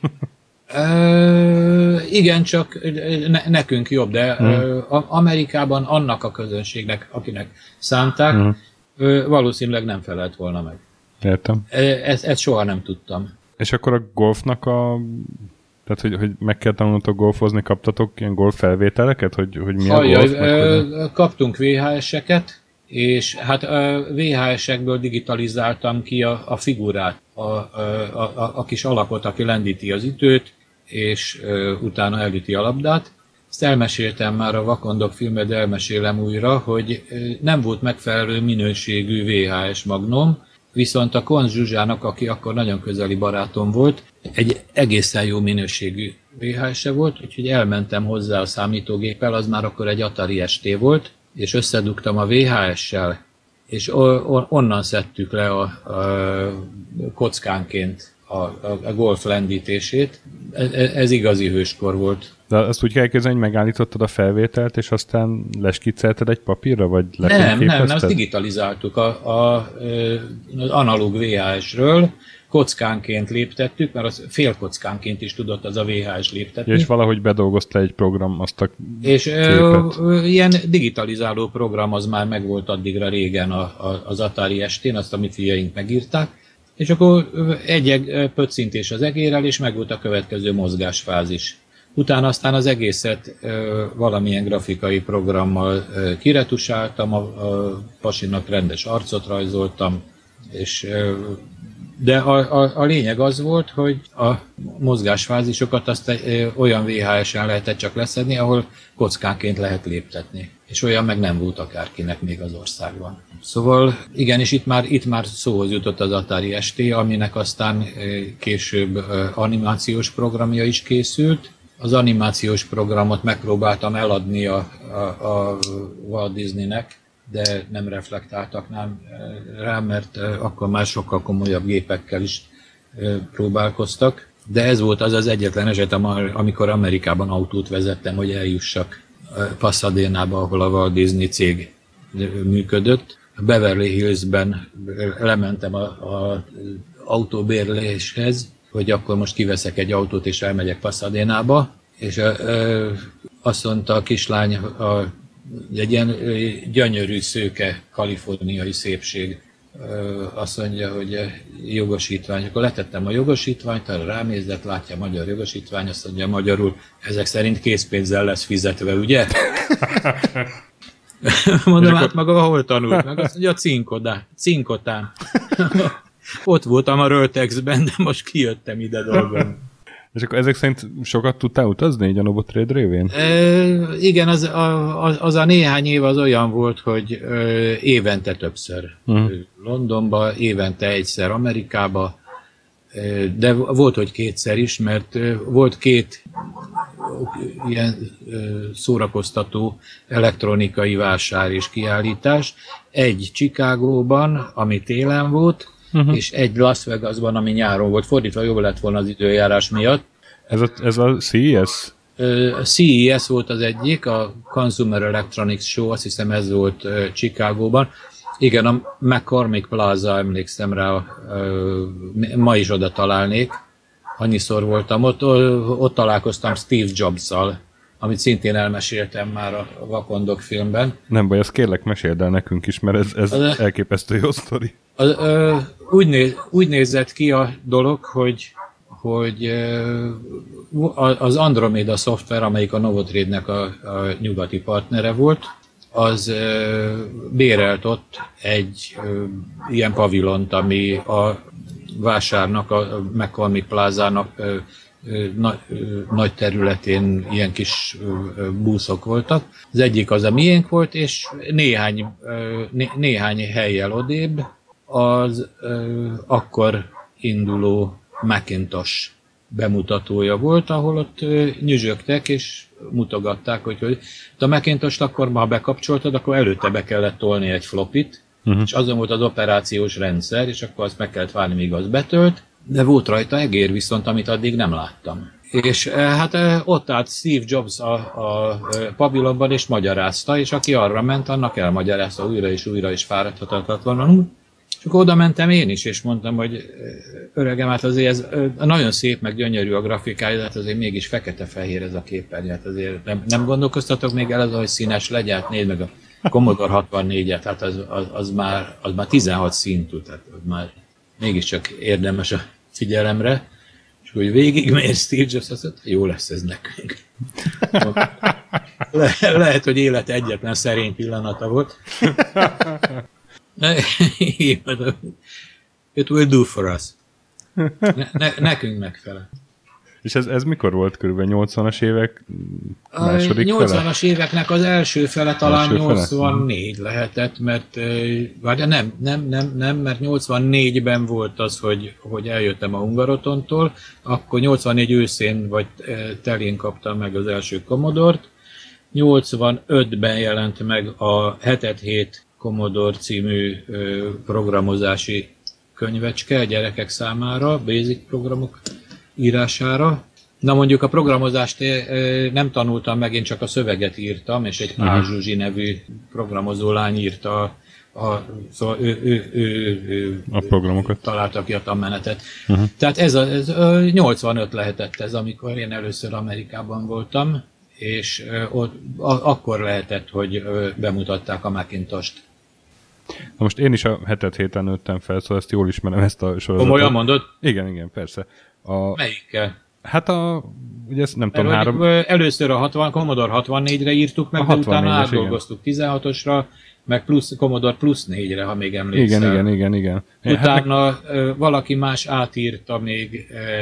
uh, igen, csak ne, nekünk jobb, de uh-huh. uh, Amerikában annak a közönségnek, akinek szánták, uh-huh. uh, valószínűleg nem felelt volna meg. Értem. Ezt, ezt soha nem tudtam. És akkor a golfnak a... Tehát, hogy, hogy meg kell tanulnotok golfozni, kaptatok ilyen golf felvételeket, hogy, hogy mi a golf? Meg, kaptunk vé há eseket, és hát a vé há esekből digitalizáltam ki a, a figurát, a, a, a, a kis alakot, aki lendíti az ütőt, és uh, utána elüti a labdát. Ezt elmeséltem már a Vakondok filmben, de elmesélem újra, hogy nem volt megfelelő minőségű vé há es magnóm, viszont a Konz Zsuzsának, aki akkor nagyon közeli barátom volt, egy egészen jó minőségű vé há es-e volt, úgyhogy elmentem hozzá a számítógéppel, az már akkor egy Atari es té volt, és összedugtam a vé há es-sel, és onnan szedtük le a, a kockánként a, a, a golf lendítését. Ez, ez igazi hőskor volt. De azt úgy kell elképzelni, hogy megállítottad a felvételt, és aztán leskiccelted egy papírra, vagy Nem, nem, nem, azt digitalizáltuk a, a, az analóg vé há es-ről, kockánként léptettük, mert az fél kockánként is tudott az a vé há es léptetni. És valahogy bedolgozta egy program azt a És ö, ö, ilyen digitalizáló program az már megvolt addigra régen a, a, az Atari es tén, azt, amit fiaink megírták, és akkor egy pöccintés az egérrel, és meg volt a következő mozgásfázis. Utána aztán az egészet ö, valamilyen grafikai programmal ö, kiretusáltam, a, a pasinak rendes arcot rajzoltam, és, ö, de a, a, a lényeg az volt, hogy a mozgásfázisokat azt ö, olyan vé há es-en lehetett csak leszedni, ahol kockánként lehet léptetni. És olyan meg nem volt akárkinek még az országban. Szóval igen, és itt már, itt már szóhoz jutott az Atari es té, aminek aztán ö, később ö, animációs programja is készült. Az animációs programot megpróbáltam eladni a, a, a Walt Disneynek, de nem reflektáltak nem rá, mert akkor már sokkal komolyabb gépekkel is próbálkoztak. De ez volt az az egyetlen eset, amikor Amerikában autót vezettem, hogy eljussak Pasadénába, ahol a Walt Disney cég működött. Beverly Hillsben lementem a, a autóbérléshez, hogy akkor most kiveszek egy autót és elmegyek Pasadénába, és ö, azt mondta a kislány, a, egy ilyen gyönyörű, szőke, kaliforniai szépség, ö, azt mondja, hogy jogosítvány. Akkor letettem a jogosítványt, arra ránézett, látja a magyar jogosítvány, azt mondja magyarul, ezek szerint készpénzzel lesz fizetve, ugye? Mondom, hát maga hol tanult meg? Azt mondja, a cinkodán. Cinkotán. Ott voltam a Röltexben, de most kijöttem ide dolgom. És akkor ezek szerint sokat tudtál utazni így a Novotrade révén? E, igen, az a, az, az a néhány év az olyan volt, hogy ö, évente többször. Uh-huh. Londonba, évente egyszer Amerikába, de volt, hogy kétszer is, mert volt két ilyen szórakoztató elektronikai vásár és kiállítás. Egy Chicagóban, ami télen volt, uh-huh. és egy Las Vegasban, ami nyáron volt. Fordítva jobb lett volna az időjárás miatt. Ez a, ez a cé e es? A cé e es volt az egyik, a Consumer Electronics Show, azt hiszem ez volt Chicagóban. Igen, a McCormick Plaza, emlékszem rá, ma is oda találnék. Annyiszor voltam ott, ott találkoztam Steve Jobs-szal, amit szintén elmeséltem már a Vakondok filmben. Nem baj, azt kérlek, meséld el nekünk is, mert ez, ez az elképesztő jó sztori. Az, ö, úgy, néz, úgy nézett ki a dolog, hogy, hogy ö, az Andromeda szoftver, amelyik a Novotrade-nek a, a nyugati partnere volt, az ö, bérelt ott egy ö, ilyen pavilont, ami a vásárnak, a McCormick Plázának ö, ö, na, ö, nagy területén ilyen kis ö, ö, búszok voltak. Az egyik az a miénk volt, és néhány, ö, né, néhány hellyel odébb az ö, akkor induló Macintosh bemutatója volt, ahol ott ö, nyüzsögtek, és mutogatták, hogy, hogy de a Macintosh-t akkor, ha bekapcsoltad, akkor előtte be kellett tolni egy flopit, uh-huh. és azon volt az operációs rendszer, és akkor azt meg kellett várni, míg az betölt, de volt rajta egér viszont, amit addig nem láttam. És hát ott állt Steve Jobs a, a pavilonban, és magyarázta, és aki arra ment, annak elmagyarázta újra és újra, és fáradhatatlanul. És akkor oda mentem én is, és mondtam, hogy öregem, hát azért ez nagyon szép, meg gyönyörű a grafikája, hát azért mégis fekete-fehér ez a képernyő, hát azért nem, nem gondolkoztatok még el az, hogy színes legyen, hát nézd meg a Commodore hatvannégyet, hát az, az, az, már, az már tizenhat szintű, tehát az már mégiscsak érdemes a figyelemre, és hogy végig megy Steve Jobs, azt mondta, jó lesz ez nekünk. Le, lehet, hogy élet egyetlen szerény pillanata volt. It will do for us. Ne, ne, nekünk megfelel. És ez, ez mikor volt körülbelül? nyolcvanas évek második fele? nyolcvanas éveknek az első fele talán első nyolcvannégy fele? Lehetett, mert vagy nem, nem, nem, nem, mert nyolcvannégyben volt az, hogy, hogy eljöttem a Hungarotontól, akkor nyolcvannégy őszén vagy telén kaptam meg az első Commodore-t, nyolcvanötben jelent meg a hetet hét Commodore című ö, programozási könyvecske a gyerekek számára, basic programok írására. Na mondjuk a programozást ö, nem tanultam meg, én csak a szöveget írtam, és egy Pál Zsuzsi nevű programozó lány írta, a, a, szóval ő, ő, ő, ő, a programokat. Találta ki a tanmenetet. Uh-huh. Tehát ez, a, ez a nyolcvanöt lehetett ez, amikor én először Amerikában voltam, és ö, ott, a, akkor lehetett, hogy ö, bemutatták a Macintosh-t. Na most én is a hetet héten nőttem fel, szóval ezt jól ismerem, ezt a sorozatot. Komolyan mondod? Igen, igen, persze. A, Melyikkel? Hát a, ugye ezt nem Mert tudom, három... Először a hatvan, Commodore hatvannégyre írtuk meg, de utána átdolgoztuk tizenhatosra, meg plusz, Commodore plusz négyre, ha még emlékszel. Igen, igen, igen, igen. Utána hát meg... valaki más átírta még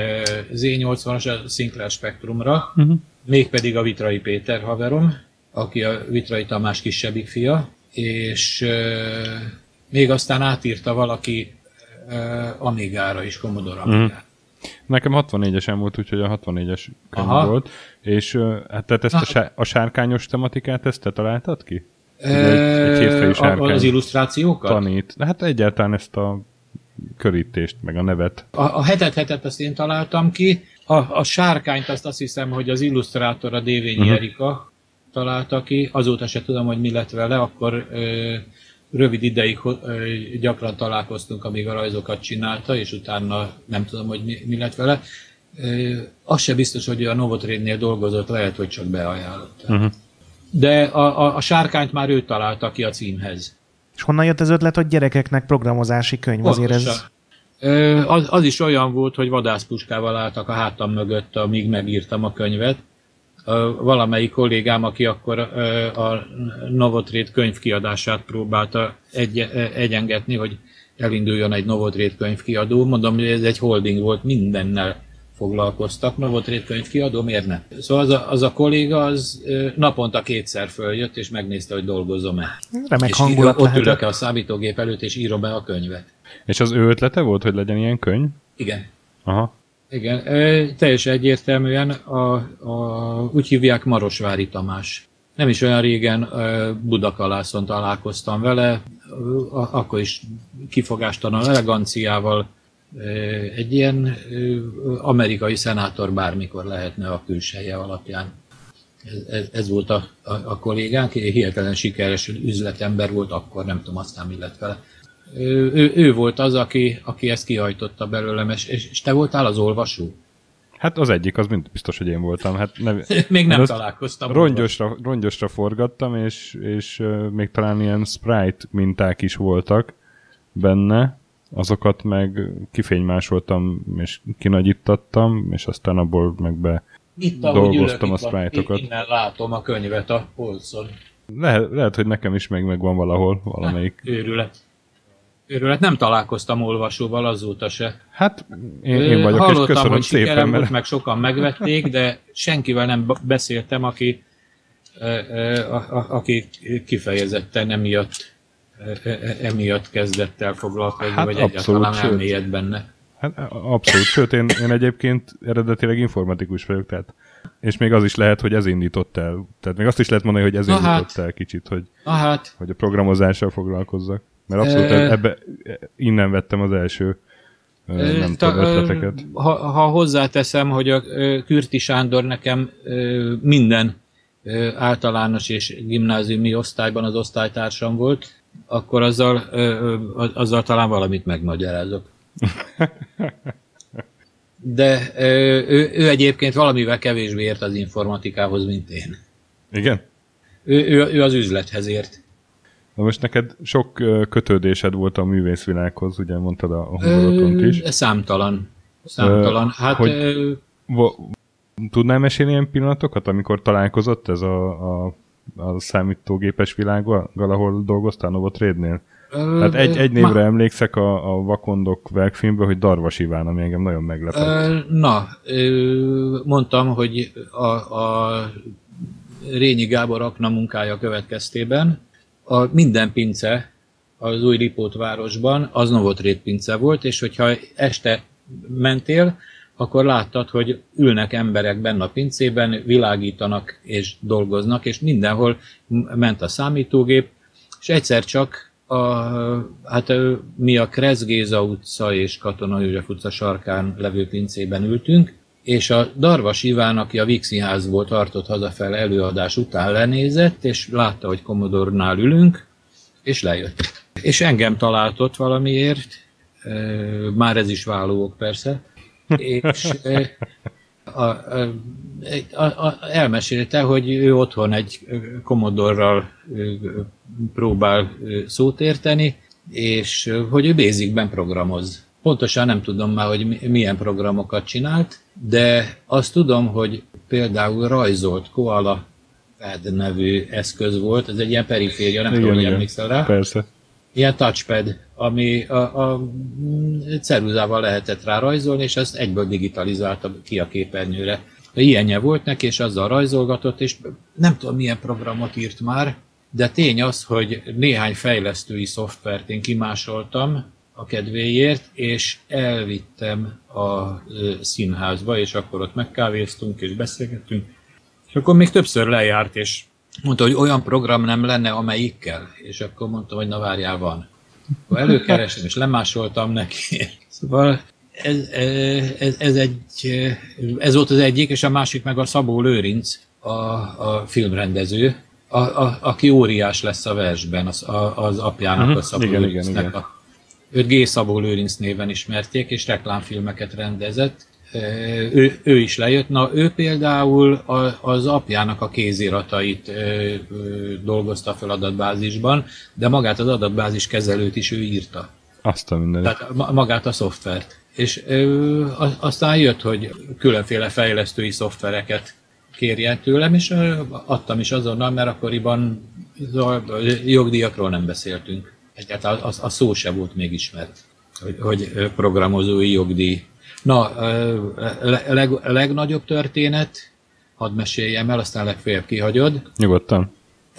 zé nyolcvanas a Sinclair Spectrumra, uh-huh. mégpedig a Vitrai Péter haverom, aki a Vitrai Tamás kisebbik fia, és euh, még aztán átírta valaki euh, Amigára is, Commodore Amigára. Mm. Nekem hatvannégyesen volt, úgyhogy a hatvannégyes könyv volt. És uh, hát tehát ezt a, sá- a sárkányos tematikát, ezt te találtad ki? E- egy, egy hétfejű sárkány. Az illusztrációkat? Tanít. Hát egyáltalán ezt a körítést, meg a nevet. A, a hetet hetet azt én találtam ki. A, a sárkányt azt azt hiszem, hogy az illusztrátor, a Dévényi uh-huh. Erika találta ki, azóta se tudom, hogy mi lett vele, akkor ö, rövid ideig ö, gyakran találkoztunk, amíg a rajzokat csinálta, és utána nem tudom, hogy mi, mi lett vele. Ö, az se biztos, hogy a Novotrade-nél dolgozott, lehet, hogy csak beajánlott. Uh-huh. De a, a, a sárkányt már ő találta ki a címhez. És honnan jött az ötlet, hogy gyerekeknek programozási könyv? Azért ez... Ö, az, az is olyan volt, hogy vadászpuskával álltak a hátam mögött, amíg megírtam a könyvet. Valamelyik kollégám, aki akkor a Novotrade könyvkiadását próbálta egy, egyengetni, hogy elinduljon egy Novotrade könyvkiadó. Mondom, hogy ez egy holding volt, mindennel foglalkoztak. Novotrade könyvkiadó, miért ne? Szóval az a, az a kolléga az naponta kétszer följött, és megnézte, hogy dolgozom-e. Remek és hangulat ott ülök a számítógép előtt, és írom be a könyvet. És az ő ötlete volt, hogy legyen ilyen könyv? Igen. Aha. Igen, teljesen egyértelműen a, a, úgy hívják Marosvári Tamás. Nem is olyan régen Budakalászon találkoztam vele, akkor is kifogástalan eleganciával, egy ilyen amerikai szenátor bármikor lehetne a külseje alapján. Ez, ez, ez volt a, a, a kollégánk, hihetetlen sikeres üzletember volt akkor, nem tudom, aztán mi lett vele. Ő, ő, ő volt az, aki, aki ezt kihajtotta belőlem, és, és te voltál az olvasó? Hát az egyik, az mind biztos, hogy én voltam. Hát ne, még nem találkoztam. Rongyosra, rongyosra forgattam, és, és uh, még talán ilyen sprite minták is voltak benne, azokat meg kifénymásoltam, és kinagyítattam, és aztán abból meg be itt, dolgoztam a sprite-okat. Innen látom a könyvet a polcon. Lehet, lehet, hogy nekem is meg megvan valahol, valamelyik. Hát, őrület. Őrület. Nem találkoztam olvasóval azóta se. Hát én, én vagyok, hallottam, és köszönöm hogy szépen, volt, mert... meg sokan megvették, de senkivel nem beszéltem, aki, aki kifejezetten emiatt, emiatt kezdett el foglalkozni, hát vagy abszolút, egyáltalán elmélyed benne. Hát abszolút, sőt, én, én egyébként eredetileg informatikus vagyok, tehát, és még az is lehet, hogy ez indított el. Tehát még azt is lehet mondani, hogy ez Na indított hát. el kicsit, hogy, hát. hogy a programozással foglalkozzak. Mert abszolút e... ebbe, innen vettem az első e... nem ta, tudom, ötleteket. Ha, ha hozzáteszem, hogy a Kürti Sándor nekem minden általános és gimnáziumi osztályban az osztálytársam volt, akkor azzal, azzal talán valamit megmagyarázok. De ő, ő egyébként valamivel kevésbé ért az informatikához, mint én. Igen? Ő, ő, ő az üzlethez ért. Na most neked sok kötődésed volt a művészvilághoz, ugye mondtad a Hungarotont is. Számtalan. Számtalan. Hát... Hogy, vo, tudnál mesélni ilyen pillanatokat, amikor találkozott ez a, a, a számítógépes világgal, ahol dolgoztál Novotrade-nél? Hát egy, egy névre Ma... emlékszek a, a Vakondok verkfilmből, hogy Darvas Iván, ami engem nagyon meglepett. Na, mondtam, hogy a, a Rényi Gábor akna munkája következtében a minden pince az új Lipótvárosban az Novotrade pince volt, és hogyha este mentél, akkor láttad, hogy ülnek emberek benne a pincében, világítanak és dolgoznak, és mindenhol ment a számítógép, és egyszer csak a, hát mi a Kressz Géza utca és Katona József utca sarkán levő pincében ültünk, és a Darvas Iván, aki a Víg Színházból tartott hazafele előadás után lenézett, és látta, hogy Commodore-nál ülünk, és lejött. És engem talált ott valamiért, már ez is vállóok persze, és a, a, a, a, elmesélte, hogy ő otthon egy Commodore-ral próbál szót érteni, és hogy ő Basicben programoz. Pontosan nem tudom már, hogy milyen programokat csinált, de azt tudom, hogy például rajzolt Koala Pad nevű eszköz volt, ez egy ilyen periféria, nem igen, tudom, hogy emlékszel rá. Persze. Ilyen touchpad, ami a, a ceruzával lehetett rá rajzolni, és azt egyből digitalizálta ki a képernyőre. Ilyenje volt neki, és azzal rajzolgatott, és nem tudom, milyen programot írt már, de tény az, hogy néhány fejlesztői szoftvert én kimásoltam a kedvéért, és elvittem a színházba, és akkor ott megkávéztunk, és beszélgettünk, és akkor még többször lejárt, és mondta, hogy olyan program nem lenne, amelyikkel, és akkor mondtam, hogy na várjál, van. Akkor előkeresem, és lemásoltam neki. Szóval ez, ez, ez, egy, ez volt az egyik, és a másik meg a Szabó Lőrinc, a, a filmrendező, a, a, aki óriás lesz a versben, az, a, az apjának, uh-huh. a Szabó igen, Lőrincnek. igen, igen. A, őt G. Szabó Lőrinc néven ismerték, és reklámfilmeket rendezett. Ő, ő is lejött. Na, ő például a, az apjának a kéziratait ö, ö, dolgozta fel adatbázisban, de magát az adatbázis kezelőt is ő írta. Azt a mindenit. Tehát magát a szoftvert. És ö, aztán jött, hogy különféle fejlesztői szoftvereket kérjen tőlem, és ö, adtam is azonnal, mert akkoriban jogdíjakról nem beszéltünk. Egyáltalán a, a szó se volt még ismert, hogy, hogy programozói jogdíj. Na, a leg, legnagyobb történet, hadd meséljem el, aztán legfeljebb kihagyod. Nyugodtan.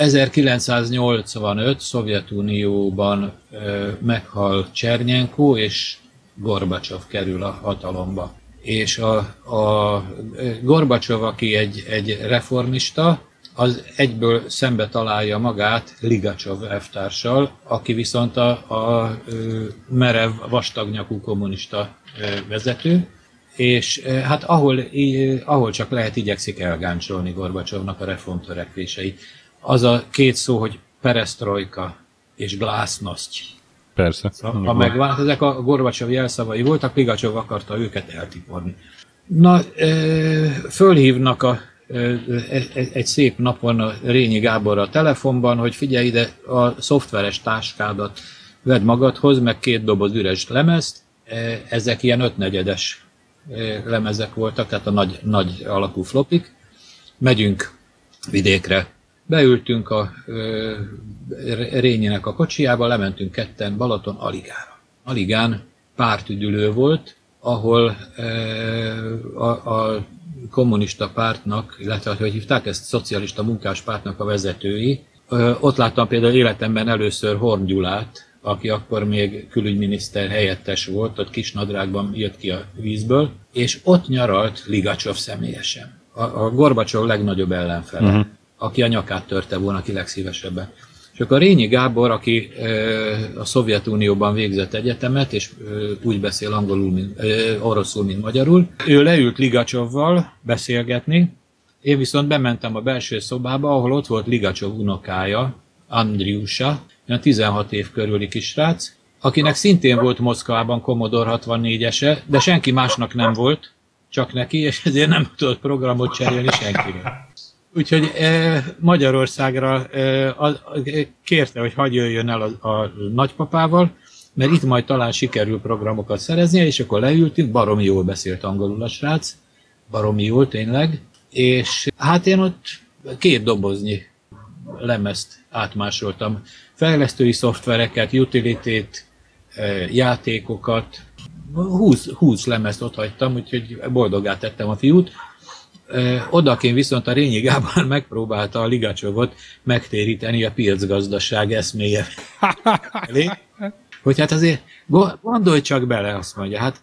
ezerkilencszáznyolcvanöt Szovjetunióban meghal Csernyenko, és Gorbacsov kerül a hatalomba. És a, a Gorbacsov, aki egy, egy reformista, az egyből szembe találja magát Ligacsov elvtársal, aki viszont a, a, a merev, vastagnyakú kommunista vezető, és hát ahol, ahol csak lehet, igyekszik elgáncsolni Gorbacsovnak a reformtörekvéseit. Az a két szó, hogy perestrojka és glásznoszt. Persze. Szóval, ha megvan, ezek a Gorbacsov jelszavai voltak, Ligacsov akarta őket eltiporni. Na, fölhívnak a egy szép napon a Rényi Gábor a telefonban, hogy figyelj ide, a szoftveres táskádat vedd magadhoz, meg két doboz üres lemezt, ezek ilyen ötnegyedes lemezek voltak, tehát a nagy, nagy alakú flopik. Megyünk vidékre. Beültünk a ö, Rényinek a kocsijába, lementünk ketten Balaton Aligára. Aligán pártüdülő volt, ahol ö, a, a kommunista pártnak, illetve hogy hívták ezt, szocialista munkáspártnak a vezetői. Ö, ott láttam például életemben először Horn Gyulát, aki akkor még külügyminiszter helyettes volt, ott kis nadrágban jött ki a vízből, és ott nyaralt Ligacsov személyesen. A, a Gorbacsov legnagyobb ellenfele, uh-huh. aki a nyakát törte volna ki legszívesebben. És akkor Rényi Gábor, aki ö, a Szovjetunióban végzett egyetemet, és ö, úgy beszél angolul, mint, ö, oroszul, mint magyarul, ő leült Ligacsovval beszélgetni, én viszont bementem a belső szobába, ahol ott volt Ligacsov unokája, Andriusa, olyan tizenhat év körüli kisrác, akinek szintén volt Moszkvában Commodore hatvannégyese, de senki másnak nem volt, csak neki, és ezért nem tudott programot cserélni senkire. Úgyhogy e, Magyarországra e, a, a, kérte, hogy hagyj jöjjön el a, a nagypapával, mert itt majd talán sikerül programokat szereznie, és akkor leültünk, baromi jól beszélt angolul a srác, baromi jól tényleg, és hát én ott két doboznyi lemezt átmásoltam. Fejlesztői szoftvereket, utilitét, játékokat, húsz lemezt ott hagytam, úgyhogy boldogát tettem a fiút. Odaként viszont a Rényi Gábor megpróbálta a Ligacsovot megtéríteni a piacgazdaság eszméje elé. Hogy hát azért gondolj csak bele, azt mondja, hát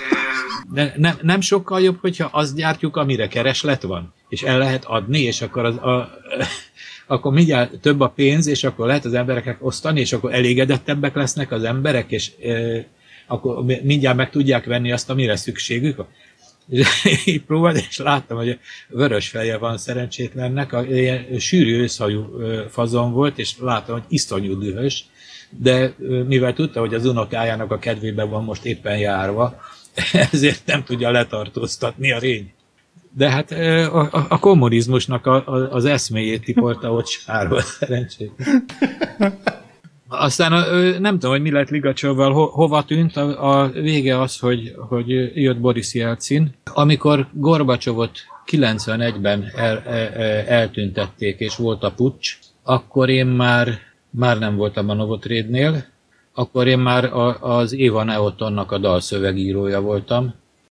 de ne, nem sokkal jobb, hogyha azt gyártjuk, amire kereslet van, és el lehet adni, és akkor az a akkor mindjárt több a pénz, és akkor lehet az embereknek osztani, és akkor elégedettebbek lesznek az emberek, és e, akkor mindjárt meg tudják venni azt, amire szükségük. Így próbáld, és láttam, hogy vörös feje van szerencsétlennek, ilyen sűrű őszhajú fazon volt, és láttam, hogy iszonyú dühös, de mivel tudta, hogy az unokájának a kedvében van most éppen járva, ezért nem tudja letartóztatni a Rény. De hát a, a, a kommunizmusnak a, a, az eszméjét tipolta ott sárba, szerencsét. Aztán a, nem tudom, hogy mi lett Ligacsovval, ho, hova tűnt, a, a vége az, hogy, hogy jött Boris Jelcin. Amikor Gorbacsovot kilencvenegyben el, el, eltüntették, és volt a puccs, akkor én már, már nem voltam a Novotrade-nél, akkor én már a, az Éva Neotonnak a dalszövegírója voltam.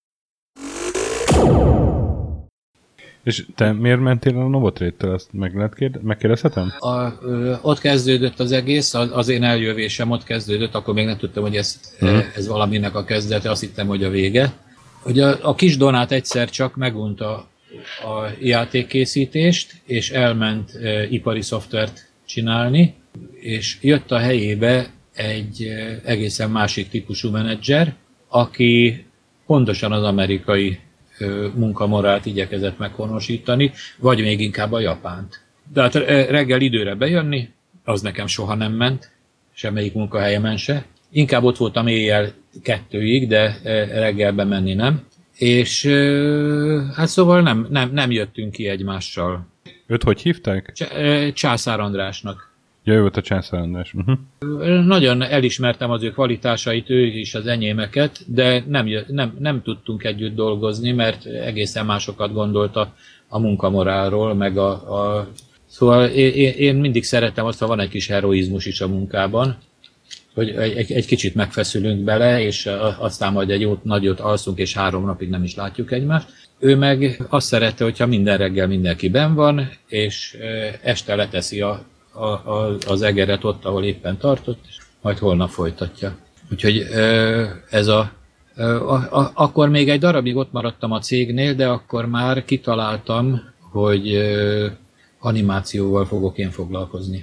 És te miért mentél a Novotrade-től? Ezt meg lehet kérde- megkérdezhetem? A, ö, ott kezdődött az egész, az, az én eljövésem ott kezdődött, akkor még nem tudtam, hogy ez, hmm. ez valaminek a kezdete, azt hittem, hogy a vége. Hogy a, a kis Donát egyszer csak megunta a játékkészítést, és elment e, ipari szoftvert csinálni, és jött a helyébe egy e, egészen másik típusú menedzser, aki pontosan az amerikai munkamorált igyekezett meghonosítani, vagy még inkább a japánt. De hát reggel időre bejönni, az nekem soha nem ment, semmelyik munkahelyemen se. Inkább ott voltam éjjel kettőig, de reggel bemenni nem. És hát szóval nem, nem, nem jöttünk ki egymással. Őt hogy hívták? Császár Andrásnak. Ja, ő volt a Császár András. Uh-huh. Nagyon elismertem az ő kvalitásait, ő is az enyémeket, de nem, nem, nem tudtunk együtt dolgozni, mert egészen másokat gondolt a, a munkamorálról, meg a, a... Szóval én, én mindig szeretem azt, ha van egy kis heroizmus is a munkában, hogy egy, egy kicsit megfeszülünk bele, és aztán majd egy jót, nagyot alszunk, és három napig nem is látjuk egymást. Ő meg azt szerette, hogyha minden reggel mindenki benn van, és este leteszi a A, a, az egeret ott, ahol éppen tartott, és majd holnap folytatja. Úgyhogy ez a, a, a... Akkor még egy darabig ott maradtam a cégnél, de akkor már kitaláltam, hogy animációval fogok én foglalkozni.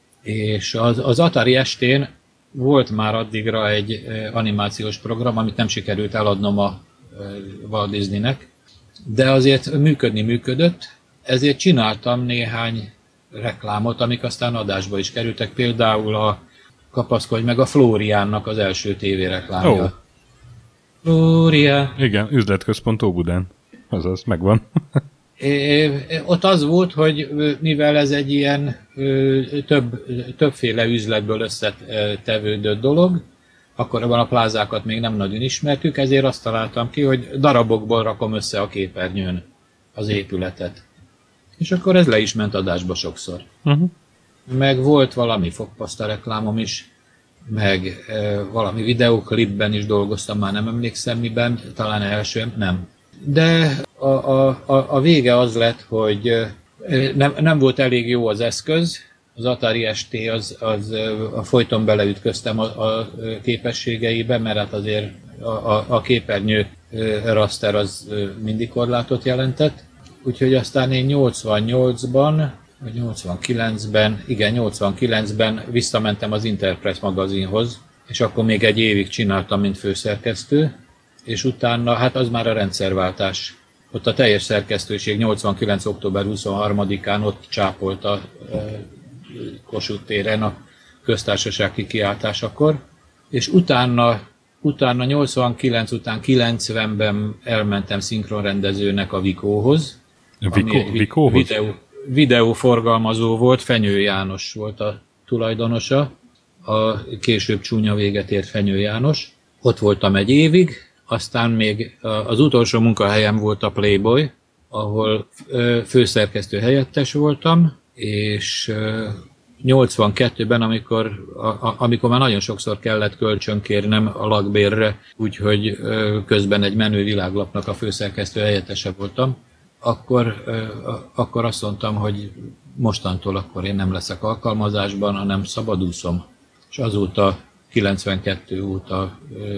És az, az Atari estén volt már addigra egy animációs program, amit nem sikerült eladnom a Walt Disneynek, de azért működni működött, ezért csináltam néhány reklámot, amik aztán adásba is kerültek, például a Kapaszkodj meg a Flóriánnak az első tévéreklámja. Oh. Flórián. Igen, üzletközpont Óbudán. Azaz, megvan. Ott az volt, hogy mivel ez egy ilyen több, többféle üzletből összetevődött dolog, akkor abban a plázákat még nem nagyon ismertük, ezért azt találtam ki, hogy darabokból rakom össze a képernyőn az épületet. És akkor ez le is ment adásba sokszor. Uh-huh. Meg volt valami fogpaszta reklámom is, meg e, valami videóklipben is dolgoztam, már nem emlékszem miben, talán első, nem. De a, a, a, a vége az lett, hogy e, nem, nem volt elég jó az eszköz, az Atari es té az, az a folyton beleütköztem a, a képességeibe, mert hát azért a, a, a képernyő raster az mindig korlátot jelentett. Úgyhogy aztán én nyolcvannyolcban, vagy nyolcvankilencben, igen, nyolcvankilencben visszamentem az Interpress magazinhoz, és akkor még egy évig csináltam, mint főszerkesztő, és utána, hát az már a rendszerváltás. Ott a teljes szerkesztőség nyolcvankilenc október huszonharmadikán ott csápolt a e, Kossuth téren a köztársasági kiáltásakor, és utána, utána nyolcvankilenc után kilencvenben elmentem szinkronrendezőnek a Vikóhoz. Vikó, Vikóhoz? Videó, videóforgalmazó volt, Fenyő János volt a tulajdonosa, a később csúnya véget ért Fenyő János. Ott voltam egy évig, aztán még az utolsó munkahelyem volt a Playboy, ahol főszerkesztő helyettes voltam, és nyolcvankettőben, amikor, amikor már nagyon sokszor kellett kölcsönkérnem a lakbérre, úgyhogy közben egy menő világlapnak a főszerkesztő helyettese voltam, akkor, akkor azt mondtam, hogy mostantól akkor én nem leszek alkalmazásban, hanem szabadúszom. És azóta, kilencvenkettő óta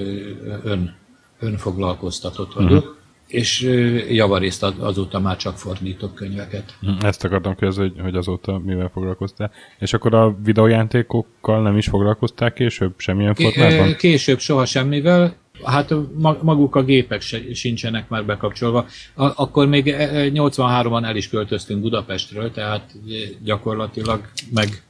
ön, önfoglalkoztatott vagyok, uh-huh. és javarészt azóta már csak fordítok könyveket. Ezt akartam kérdezni, hogy, hogy azóta mivel foglalkoztál. És akkor a videójátékokkal nem is foglalkoztál később semmilyen formában? Később soha semmivel. Hát maguk a gépek sincsenek már bekapcsolva. Akkor még nyolcvanháromban el is költöztünk Budapestről, tehát gyakorlatilag meg,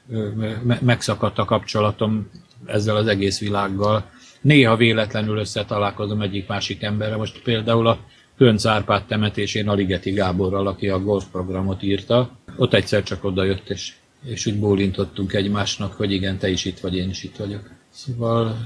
megszakadt a kapcsolatom ezzel az egész világgal. Néha véletlenül összetalálkozom egyik-másik emberre. Most például a Könc Árpád temetésén a Ligeti Gáborral, aki a golfprogramot írta. Ott egyszer csak odajött, és, és úgy bólintottunk egymásnak, hogy igen, te is itt vagy, én is itt vagyok. Szóval...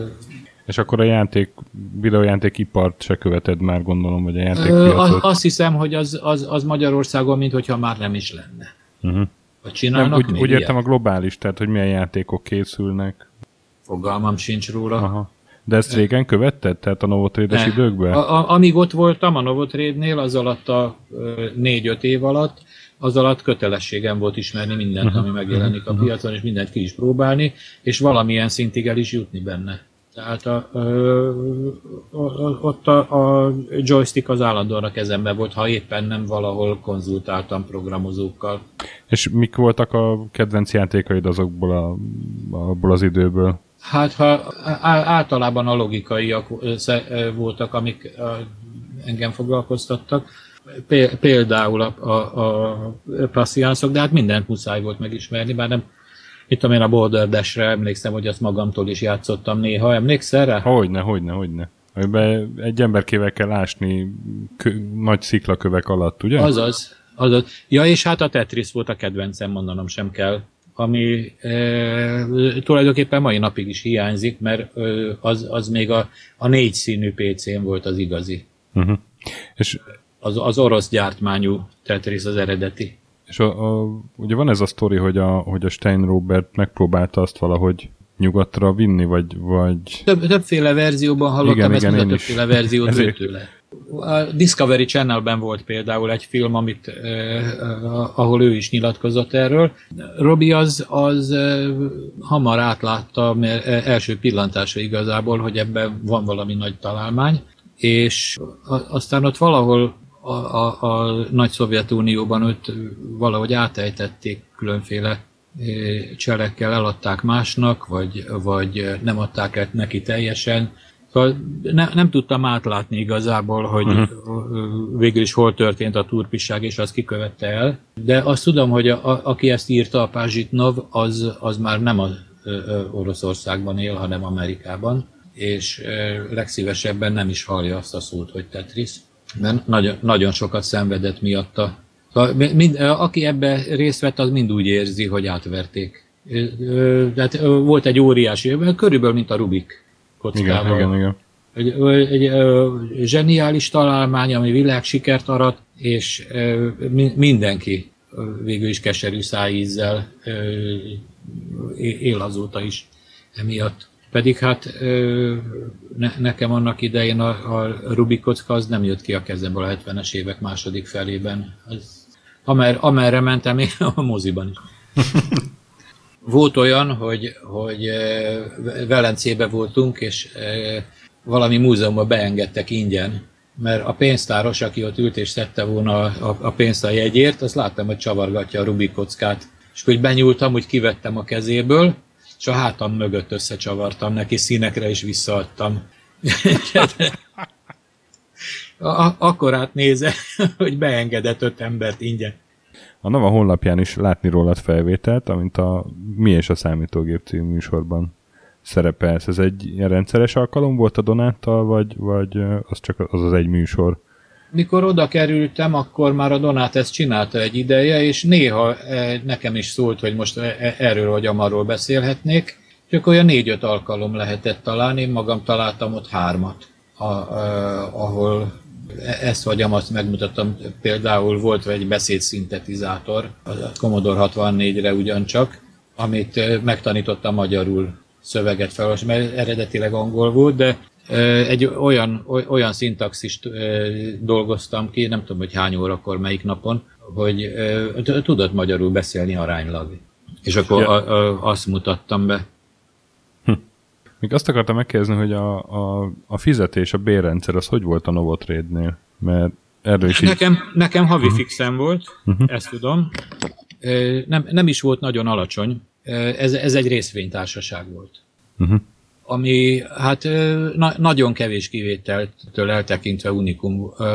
És akkor a játék, videójátékipart se követed már, gondolom, vagy a játékpiacot? Azt hiszem, hogy az, az, az Magyarországon, minthogyha már nem is lenne. Uh-huh. Vagy csinálnak nem, úgy, úgy értem a globális, tehát hogy milyen játékok készülnek. Fogalmam sincs róla. Aha. De ezt régen követted? Tehát a Novotrade-es időkben? A, a, amíg ott voltam a Novotrade-nél, az alatt a négy-öt év alatt, az alatt kötelességem volt ismerni mindent, uh-huh. ami megjelenik a piacon, és mindent ki is próbálni, és valamilyen szintig el is jutni benne. Tehát a, ö, ott a, a joystick az állandóan a kezemben volt, ha éppen nem valahol konzultáltam programozókkal. És mik voltak a kedvenc játékaid azokból a, abból az időből? Hát ha általában a logikaiak voltak, amik engem foglalkoztattak. Például a, a, a passziánszok, de hát mindent muszáj volt megismerni, bár nem. Itt tudom én a Border Dash-re emlékszem, hogy azt magamtól is játszottam néha. Emlékszel rá? Hogyne, hogyne, hogyne. Amiben egy emberkével kell ásni kö- nagy sziklakövek alatt, ugye? Azaz, azaz. Ja, és hát a Tetris volt a kedvencem, mondanom sem kell. Ami e, tulajdonképpen mai napig is hiányzik, mert e, az, az még a, a négy színű pé cén volt az igazi. Uh-huh. És az, az orosz gyártmányú Tetris az eredeti. És a, a, ugye van ez a sztori, hogy a, hogy a Stein Robert megpróbálta azt valahogy nyugatra vinni, vagy... vagy... Több, többféle verzióban hallottam, igen, ezt igen, mind a többféle verziót ezért... tőle. A Discovery Channelben volt például egy film, amit, eh, ahol ő is nyilatkozott erről. Robi az, az eh, hamar átlátta, mert első pillantásra igazából, hogy ebben van valami nagy találmány, és a, aztán ott valahol a, a, a nagy Szovjetunióban őt valahogy átejtették különféle cselekkel, eladták másnak, vagy, vagy nem adták el neki teljesen. Ne, nem tudtam átlátni igazából, hogy uh-huh. végül is hol történt a turpisság, és az kikövette el. De azt tudom, hogy a, a, aki ezt írta, a Pázsitnov, az, az már nem az Oroszországban él, hanem Amerikában, és legszívesebben nem is hallja azt a szót, hogy Tetris. mert nagyon, nagyon sokat szenvedett miatta. Mind, aki ebbe részt vett, az mind úgy érzi, hogy átverték. Tehát volt egy óriási, körülbelül mint a Rubik kockával. Igen, igen, igen. Egy, egy, egy zseniális találmány, ami világsikert arat, és mindenki végül is keserű szájízzel él azóta is emiatt. Pedig hát ne, nekem annak idején a, a Rubik kocka az nem jött ki a kezemből a hetvenes évek második felében. Az, amer, amerre mentem én a moziban is. Volt olyan, hogy, hogy Velencébe voltunk, és valami múzeumban beengedtek ingyen, mert a pénztáros, aki ott ült és szedte volna a, a pénzt a jegyért, azt láttam, hogy csavargatja a Rubik kockát. És hogy benyúltam, úgy kivettem a kezéből, és a hátam mögött összecsavartam neki, színekre is visszaadtam. Akkor átnézem, hogy beengedett öt embert ingyen. A Nova honlapján is látni rólad felvételt, amint a Mi és a számítógép című műsorban szerepelsz. Ez egy ilyen rendszeres alkalom volt a Donáttal, vagy, vagy az csak az az egy műsor? Mikor oda kerültem, akkor már a Donát ezt csinálta egy ideje, és néha nekem is szólt, hogy most erről vagy amarról beszélhetnék, csak olyan négy-öt alkalom lehetett találni, én magam találtam ott hármat, a, a, ahol ezt vagy amazt megmutattam. Például volt egy beszédszintetizátor, a Commodore hatvannégyre ugyancsak, amit megtanítottam magyarul szöveget felolvasni, mert eredetileg angol volt, de egy olyan, olyan szintaxist dolgoztam ki, nem tudom, hogy hány órakor, melyik napon, hogy tudott magyarul beszélni aránylag. És akkor ja. a, a, azt mutattam be. Hm. Még azt akartam megkérdezni, hogy a, a, a fizetés, a bérrendszer, az hogy volt a Novotrade-nél? Mert erről is nekem, így... nekem havi uh-huh. fixem volt, uh-huh. ezt tudom. Nem, nem is volt nagyon alacsony. Ez, ez egy részvénytársaság volt. Uh-huh. Ami hát na, nagyon kevés kivételtől eltekintve unikum. A,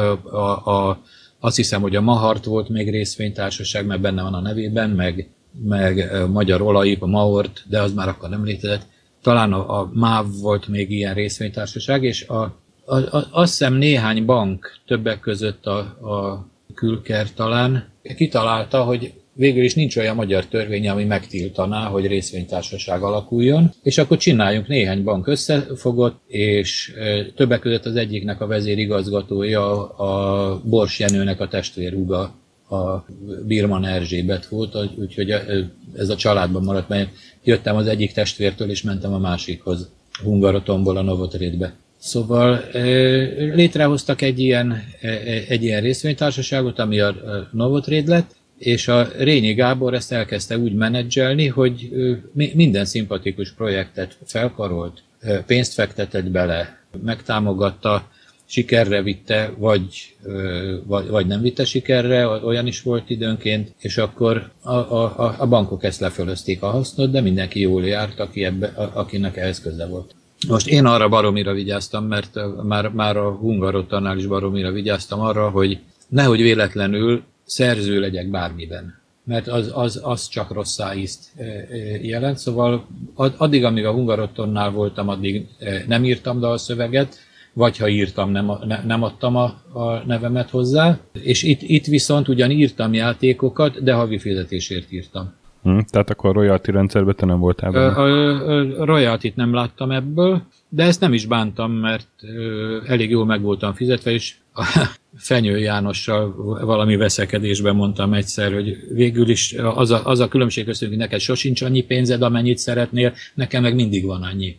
a, azt hiszem, hogy a Mahart volt még részvénytársaság, mert benne van a nevében, meg, meg Magyar Olajip, a Mahort, de az már akkor nem létezett. Talán a, a MÁV volt még ilyen részvénytársaság, és a, a, a, azt hiszem néhány bank, többek között a, a Külker talán kitalálta, hogy végül is nincs olyan magyar törvény, ami megtiltaná, hogy részvénytársaság alakuljon, és akkor csináljunk, néhány bank összefogott, és többek között az egyiknek a vezérigazgatója a Bors Jenőnek a testvérhúga, a Birman Erzsébet volt, úgyhogy ez a családban maradt, mert jöttem az egyik testvértől, és mentem a másikhoz, Hungarotonból a Novotrade-be. Szóval létrehoztak egy ilyen, egy ilyen részvénytársaságot, ami a Novotrade lett, és a Rényi Gábor ezt elkezdte úgy menedzselni, hogy minden szimpatikus projektet felkarolt, pénzt fektetett bele, megtámogatta, sikerre vitte, vagy, vagy, vagy nem vitte sikerre, olyan is volt időnként, és akkor a, a, a bankok ezt lefölözték a hasznot, de mindenki jól járt, aki ebbe, akinek ehhez köze volt. Most én arra baromira vigyáztam, mert már, már a Hungarotannál is baromira vigyáztam arra, hogy nehogy véletlenül szerző legyek bármiben, mert az, az, az csak rossz ízt jelent, szóval addig, amíg a Hungarottonnál voltam, addig nem írtam dalszöveget, vagy ha írtam, nem, nem adtam a, a nevemet hozzá, és itt, itt viszont ugyan írtam játékokat, de havi fizetésért írtam. Hm, tehát akkor a royalty rendszerben te nem voltál benne? A, a, a royalty-t nem láttam ebből, de ezt nem is bántam, mert ö, elég jól meg voltam fizetve, és a Fenyő Jánossal valami veszekedésben mondtam egyszer, hogy végül is az a, az a különbség köztünk, hogy neked sosincs annyi pénzed, amennyit szeretnél, nekem meg mindig van annyi.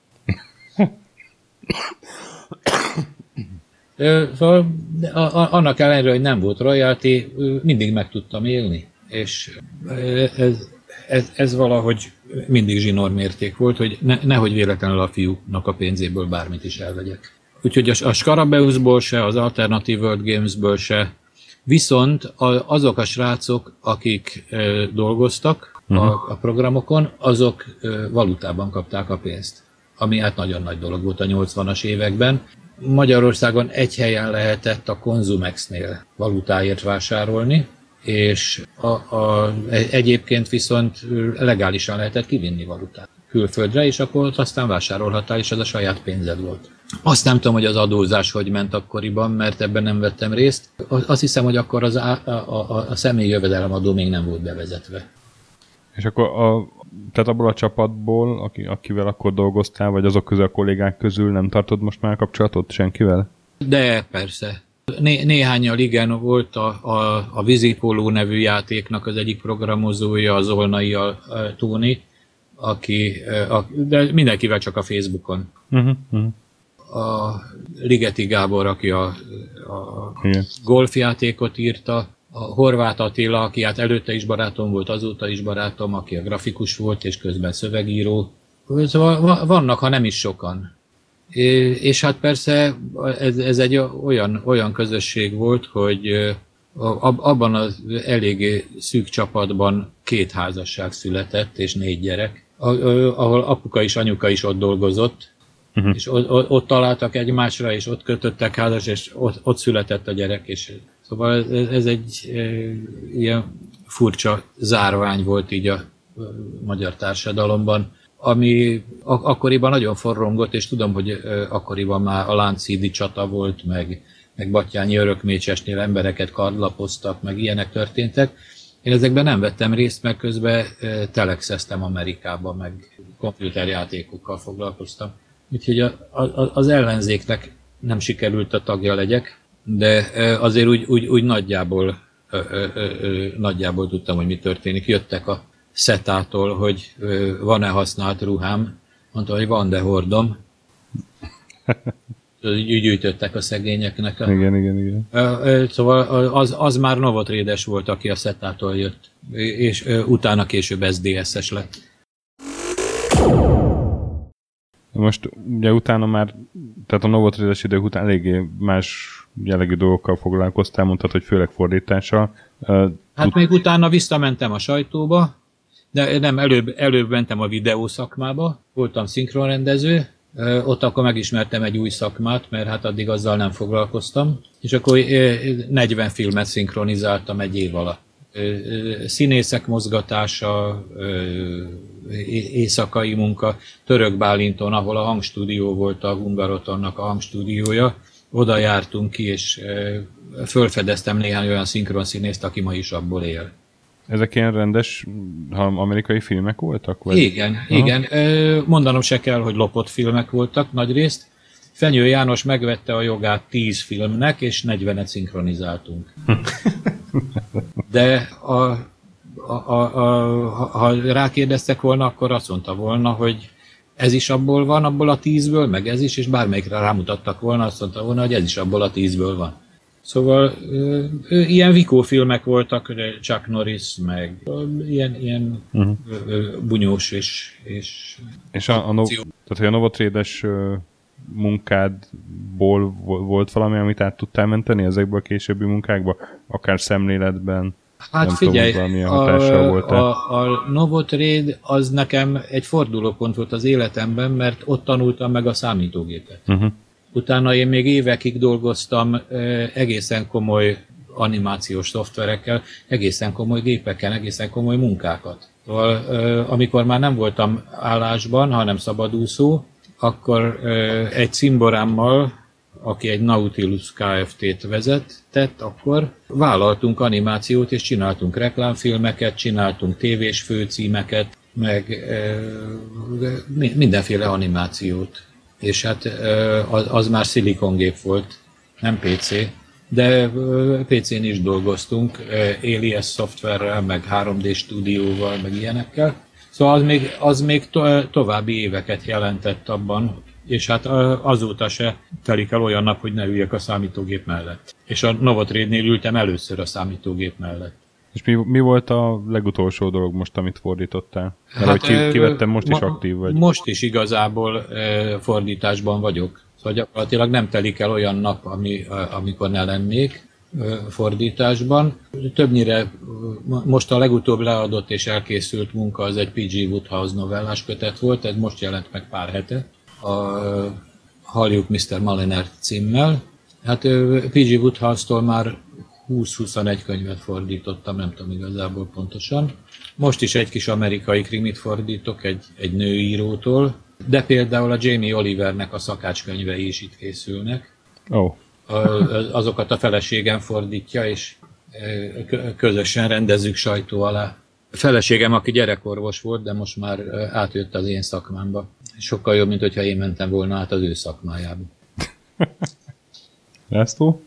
Szóval annak ellenére, hogy nem volt royalty, mindig meg tudtam élni, és ez, ez, ez valahogy mindig zsinórmérték volt, hogy ne, nehogy véletlenül a fiúknak a pénzéből bármit is elvegyek. Úgyhogy a Scarabeusból se, az Alternative World Gamesből se, viszont azok a srácok, akik dolgoztak uh-huh. a, a programokon, azok valutában kapták a pénzt, ami hát nagyon nagy dolog volt a nyolcvanas években. Magyarországon egy helyen lehetett a Konzumexnél valutáért vásárolni, és a, a, egyébként viszont legálisan lehetett kivinni valutát. külföldre, és akkor ott aztán vásárolhattál, és az a saját pénzed volt. Azt nem tudom, hogy az adózás hogy ment akkoriban, mert ebben nem vettem részt. Azt hiszem, hogy akkor az a, a, a, a személyi jövedelemadó még nem volt bevezetve. És akkor a, tehát abból a csapatból, aki, akivel akkor dolgoztál, vagy azok közül a kollégák közül nem tartod most már kapcsolatot senkivel? De persze. Né- néhányal igen, volt a, a, a Vizipoló nevű játéknak az egyik programozója, az Olnai a, a Tóni, aki, a, de mindenkivel csak a Facebookon. Uh-huh, uh-huh. A Ligeti Gábor, aki a, a golfjátékot írta, a Horváth Attila, aki hát előtte is barátom volt, azóta is barátom, aki a grafikus volt, és közben szövegíró. Szóval vannak, ha nem is sokan. És hát persze ez, ez egy olyan, olyan közösség volt, hogy abban az eléggé szűk csapatban két házasság született, és négy gyerek, ahol apuka is, anyuka is ott dolgozott, uh-huh. és ott, ott találtak egymásra, és ott kötöttek házas, és ott, ott született a gyerek. És szóval ez, ez egy e, ilyen furcsa zárvány volt így a magyar társadalomban, ami ak- akkoriban nagyon forrongott, és tudom, hogy e, akkoriban már a Lánchídi csata volt, meg, meg Batthyány Örökmécsesnél embereket kardlapoztak, meg ilyenek történtek. Én ezekben nem vettem részt, mert közben e, telexeztem Amerikában, meg komputerjátékokkal foglalkoztam. Úgyhogy a, a, az ellenzéknek nem sikerült a tagja legyek, de azért úgy, úgy, úgy nagyjából, ö, ö, ö, nagyjából tudtam, hogy mi történik. Jöttek a szetától, hogy van-e használt ruhám. Mondta, hogy van, de hordom. Úgy gyűjtöttek a szegényeknek. Igen, igen, igen. Szóval az, az már Novotrédes volt, aki a szetától jött, és utána később es dé es-es lett. Most ugye utána már, tehát a Novotrédes idők után eléggé más jellegű dolgokkal foglalkoztál, mondtad, hogy főleg fordítással. Hát Tud... még utána visszamentem a sajtóba, de nem, előbb, előbb mentem a videó szakmába, voltam szinkronrendező, ott akkor megismertem egy új szakmát, mert hát addig azzal nem foglalkoztam, és akkor negyven filmet szinkronizáltam egy év alatt. Színészek mozgatása, éjszakai munka, Török Bálinton, ahol a hangstúdió volt, a Hungarotonnak a hangstúdiója. Oda jártunk ki, és fölfedeztem néhány olyan szinkronszínészt, aki ma is abból él. Ezek ilyen rendes amerikai filmek voltak? Vagy? Igen, aha. igen. Mondanom se kell, hogy lopott filmek voltak nagyrészt. Fenyő János megvette a jogát tíz filmnek, és negyvenet szinkronizáltunk. De a, a, a, a, ha rákérdeztek volna, akkor azt mondta volna, hogy ez is abból van, abból a tízből, meg ez is, és bármelyikre rámutattak volna, azt mondta volna, hogy ez is abból a tízből van. Szóval ö, ö, ilyen Vikó filmek voltak, Chuck Norris, meg ö, ilyen, ilyen uh-huh. ö, bunyós és... És, és a, a, no, tehát, hogy a Novotrédes munkádból volt valami, amit át tudtál menteni ezekből a későbbi munkákba? Akár szemléletben? Hát nem figyelj, tudom, a, volt a, a Novotréd az nekem egy fordulópont volt az életemben, mert ott tanultam meg a számítógépet. Uh-huh. Utána én még évekig dolgoztam egészen komoly animációs szoftverekkel, egészen komoly gépeken, egészen komoly munkákat. Szóval, amikor már nem voltam állásban, hanem szabadúszó, akkor egy cimborámmal, aki egy Nautilus Kft-t vezetett, akkor vállaltunk animációt, és csináltunk reklámfilmeket, csináltunk tévés főcímeket, meg e, mindenféle animációt. És hát e, az, az már szilikongép volt, nem pé cé, de pé cén is dolgoztunk, Alias szoftverrel, meg három dé stúdióval, meg ilyenekkel. Szóval az még, az még to- további éveket jelentett abban, és hát azóta se telik el olyan nap, hogy ne üljek a számítógép mellett. És a Novotrédnél ültem először a számítógép mellett. És mi, mi volt a legutolsó dolog most, amit fordítottál? Mert hát, hogy kivettem, most ma, is aktív vagy. Most is igazából e, fordításban vagyok. Szóval gyakorlatilag nem telik el olyan nap, ami, amikor ne lennék e, fordításban. Többnyire most a legutóbb leadott és elkészült munka az egy pé gé Woodhouse novellás kötet volt, ez most jelent meg pár hete. A Halljuk miszter Moliner címmel. Hát pé gé Woodhouse-tól már húsz-huszonegy könyvet fordítottam, nem tudom igazából pontosan. Most is egy kis amerikai krimit fordítok egy, egy nőírótól, de például a Jamie Olivernek a szakácskönyvei is itt készülnek. Oh. Azokat a feleségem fordítja, és közösen rendezzük sajtó alá. A feleségem, aki gyerekorvos volt, de most már átjött az én szakmámba. Sokkal jobb, mint hogyha én mentem volna át az ő szakmájába. László?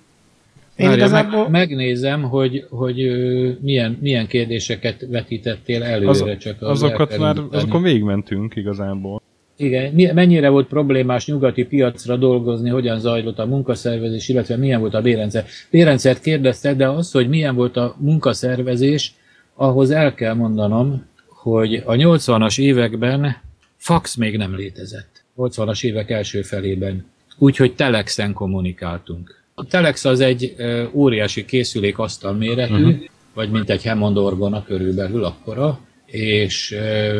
Én igazából... meg, megnézem, hogy, hogy milyen, milyen kérdéseket vetítettél előre. Az, csak az azokat már, azokon végigmentünk igazából. Igen, mennyire volt problémás nyugati piacra dolgozni, hogyan zajlott a munkaszervezés, illetve milyen volt a bérrendszer. Bérrendszert kérdezted, de az, hogy milyen volt a munkaszervezés, ahhoz el kell mondanom, hogy a nyolcvanas években fax még nem létezett. nyolcvanas évek első felében. Úgyhogy telexen kommunikáltunk. A telex az egy óriási készülék asztalméretű, uh-huh. vagy mint egy Hammond orgona körülbelül akkora, és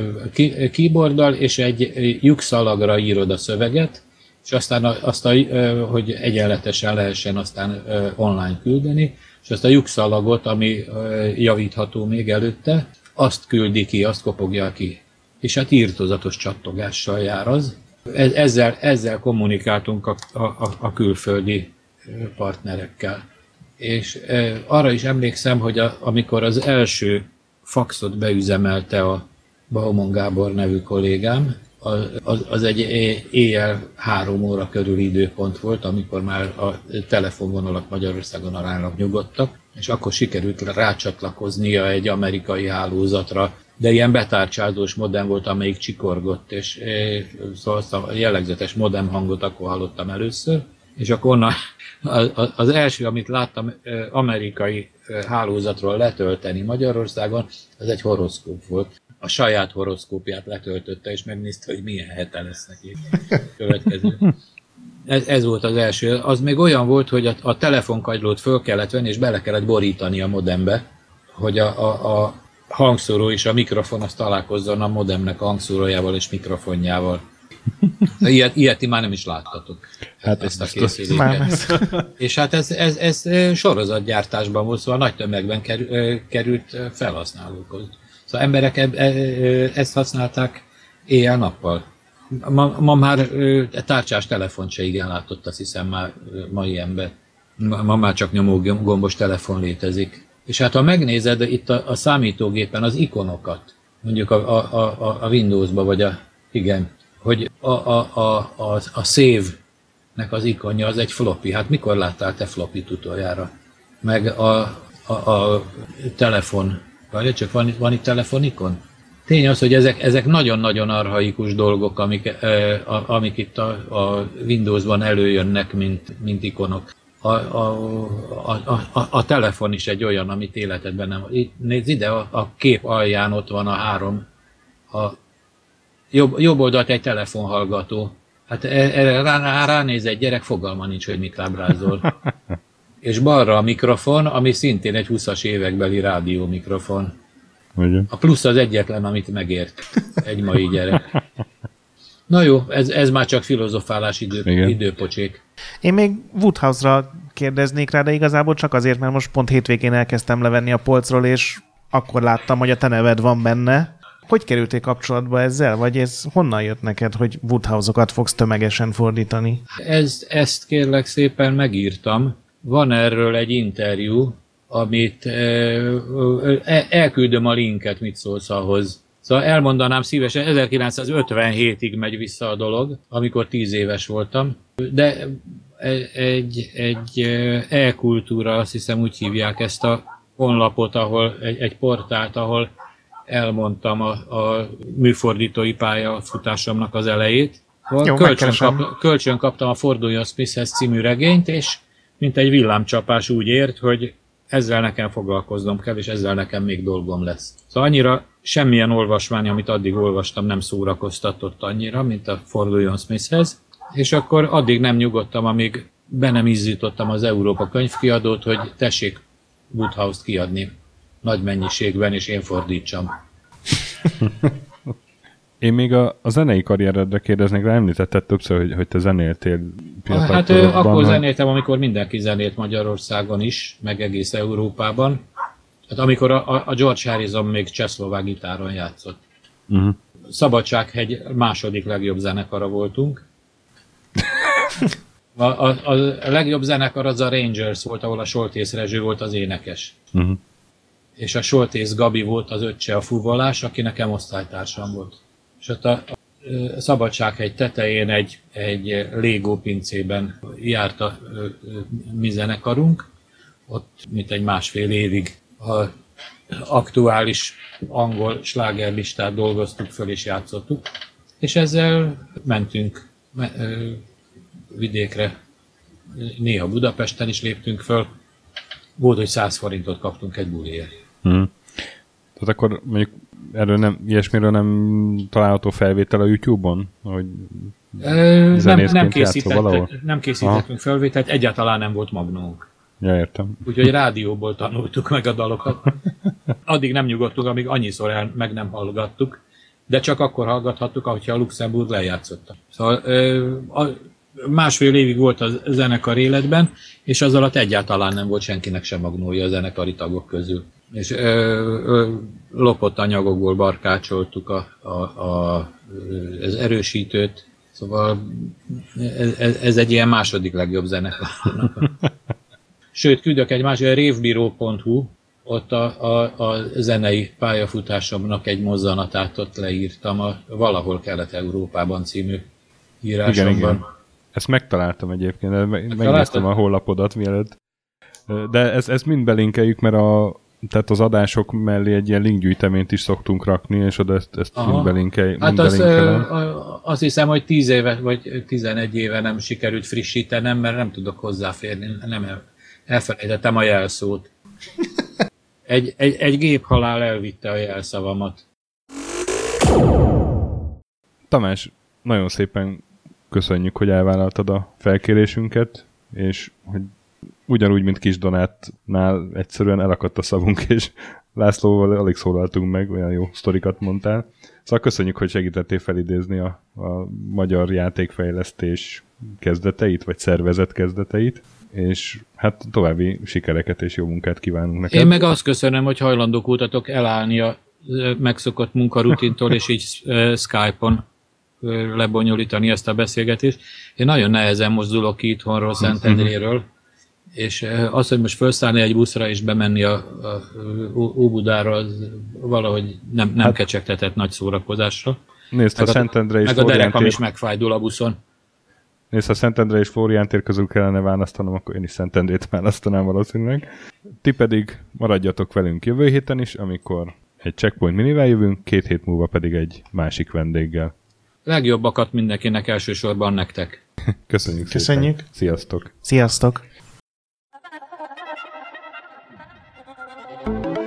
keyboarddal és egy lyukszalagra írod a szöveget, és aztán azt, a, hogy egyenletesen lehessen aztán online küldeni, és azt a lyukszalagot, ami javítható még előtte, azt küldi ki, azt kopogja ki. És hát írtózatos csattogással jár az. Ezzel, ezzel kommunikáltunk a, a, a külföldi partnerekkel. És arra is emlékszem, hogy a, amikor az első faxot beüzemelte a Baumon Gábor nevű kollégám, az, az, az egy éjjel három óra körüli időpont volt, amikor már a telefonvonalak Magyarországon aránylag nyugodtak, és akkor sikerült rácsatlakoznia egy amerikai hálózatra, de ilyen betárcsázós modem volt, amelyik csikorgott, és szóval azt a jellegzetes modem hangot akkor hallottam először, és akkor onnan az első, amit láttam amerikai hálózatról letölteni Magyarországon, az egy horoszkóp volt. A saját horoszkópját letöltötte, és megnézte, hogy milyen hete lesz neki következő. Ez, ez volt az első. Az még olyan volt, hogy a, a telefonkagylót föl kellett venni, és bele kellett borítani a modembe, hogy a, a, a hangszóró és a mikrofon azt találkozzon a modemnek a hangszórójával és mikrofonjával. Ilyet, ilyet ti már nem is láttatok. Hát ezt a készüléket. És hát ez, ez, ez sorozatgyártásban volt, szóval nagy tömegben került felhasználókhoz. Szóval emberek e, e, ezt használták éjjel-nappal. Ma, ma már tárcsás telefont se igen látott, azt hiszem már mai ember. Ma már csak nyomógombos telefon létezik. És hát ha megnézed itt a, a számítógépen az ikonokat, mondjuk a, a, a, a Windowsba, vagy a, igen, hogy a, a, a, a, a save-nek az ikonja az egy floppy. Hát mikor láttál te floppyt utoljára? Meg a, a, a telefon, várj, csak van, van itt telefonikon? Tény az, hogy ezek, ezek nagyon-nagyon archaikus dolgok, amik, eh, amik itt a, a Windowsban előjönnek, mint, mint ikonok. A, a, a, a, a telefon is egy olyan, amit életedben nem... Nézd ide, a, a kép alján ott van a három, a jobb, jobb oldalt egy telefonhallgató. Hát erre rá, ránéz egy gyerek, fogalma nincs, hogy mit ábrázol. És balra a mikrofon, ami szintén egy húszas évekbeli rádió mikrofon. Ugye? A plusz az egyetlen, amit megért egy mai gyerek. Na jó, ez, ez már csak filozofálás idő, időpocsék. Én még Woodhouse-ra kérdeznék rá, de igazából csak azért, mert most pont hétvégén elkezdtem levenni a polcról, és akkor láttam, hogy a te neved van benne. Hogy kerültél kapcsolatba ezzel? Vagy ez honnan jött neked, hogy Woodhouse-okat fogsz tömegesen fordítani? Ez, ezt kérlek szépen megírtam. Van erről egy interjú, amit eh, elküldöm a linket, mit szólsz ahhoz. Szóval elmondanám szívesen, ezerkilencszázötvenhétig megy vissza a dolog, amikor tíz éves voltam, de egy, egy e-kultúra, azt hiszem úgy hívják ezt a honlapot, ahol egy, egy portált, ahol elmondtam a, a műfordítói pályafutásomnak az elejét. Jó, kölcsön, kap, kölcsön kaptam a Forduljon Smithhez című regényt, és mint egy villámcsapás úgy ért, hogy ezzel nekem foglalkoznom kell, és ezzel nekem még dolgom lesz. Szóval annyira semmilyen olvasmány, amit addig olvastam, nem szórakoztatott annyira, mint a Forduljon Smithhez, és akkor addig nem nyugodtam, amíg be nem izzítottam az Európa könyvkiadót, hogy tessék Woodhouse-t kiadni nagy mennyiségben, és én fordítsam. Én még a, a zenei karrieredre kérdeznék, de említetted többször, hogy, hogy te zenéltél. Hát akkor zenéltem, amikor mindenki zenélt Magyarországon is, meg egész Európában. Hát amikor a, a George Harrison még csehszlovák gitáron játszott. Uh-huh. Szabadsághegy második legjobb zenekara voltunk. A, a, a legjobb zenekar az a Rangers volt, ahol a Soltész Rezső volt az énekes. Uh-huh. És a Soltész Gabi volt az öccse a fuvolás, aki nekem osztálytársam volt. És ott a, a Szabadsághegy tetején egy, egy Lego pincében járt a mi zenekarunk. Ott mint egy másfél évig a aktuális angol slágerlistát dolgoztuk föl és játszottuk. És ezzel mentünk vidékre, néha Budapesten is léptünk föl. Volt, hogy száz forintot kaptunk egy buliért. Hmm. Tehát akkor mondjuk erről nem, ilyesmiről nem található felvétel a YouTube-on? Hogy nem, nem, készített, nem készítettünk felvételt, egyáltalán nem volt magnónk. Ja, értem. Úgyhogy rádióból tanultuk meg a dalokat. Addig nem nyugodtunk, amíg annyiszor el, meg nem hallgattuk, de csak akkor hallgathattuk, ahogyha a Luxemburg lejátszotta. Szóval a, másfél évig volt a zenekar életben, és az alatt egyáltalán nem volt senkinek sem magnója a zenekari tagok közül. És ö, ö, lopott anyagokból barkácsoltuk a, a, a, az erősítőt, szóval ez, ez egy ilyen második legjobb zenekar. Sőt, küldök egy másik, révbíró pont hu, ott a, a, a zenei pályafutásomnak egy mozzanatát ott leírtam a Valahol Kelet-Európában című írásomban. Igen, igen. Ezt megtaláltam egyébként, megnéztem a honlapodat mielőtt. De ezt, ezt mind belinkeljük, mert a, tehát az adások mellé egy ilyen linkgyűjteményt is szoktunk rakni, és oda ezt, ezt mind belinkelj, hát mind az, belinkelem. Azt hiszem, hogy tíz éve vagy tizenegy éve nem sikerült frissítenem, mert nem tudok hozzáférni, nem elfelejtettem a jelszót. Egy, egy, egy géphalál elvitte a jelszavamat. Tamás, nagyon szépen köszönjük, hogy elvállaltad a felkérésünket, és hogy ugyanúgy, mint Kis Donátnál egyszerűen elakadt a szavunk, és Lászlóval alig szólaltunk meg, olyan jó sztorikat mondtál. Szóval köszönjük, hogy segítettél felidézni a, a magyar játékfejlesztés kezdeteit, vagy szervezet kezdeteit, és hát további sikereket és jó munkát kívánunk neked. Én meg azt köszönöm, hogy hajlandók voltatok elállni a megszokott munkarutintól, és így Skype-on lebonyolítani ezt a beszélgetést. Én nagyon nehezen mozdulok ki itthonról, Szentendréről, és az, hogy most felszállni egy buszra és bemenni a, a Óbudára, az valahogy nem, nem hát, kecsegtetett nagy szórakozásra. Nézd, ha Szentendre és meg a derekam is megfájdul a buszon. Nézd, ha Szentendre és Flórián tér közül kellene választanom, akkor én is Szentendrét választanám valószínűleg. Ti pedig maradjatok velünk jövő héten is, amikor egy Checkpoint minivel jövünk, két hét múlva pedig egy másik vendéggel. Legjobbakat mindenkinek, elsősorban nektek. Köszönjük, Köszönjük szépen. Sziasztok. Sziasztok.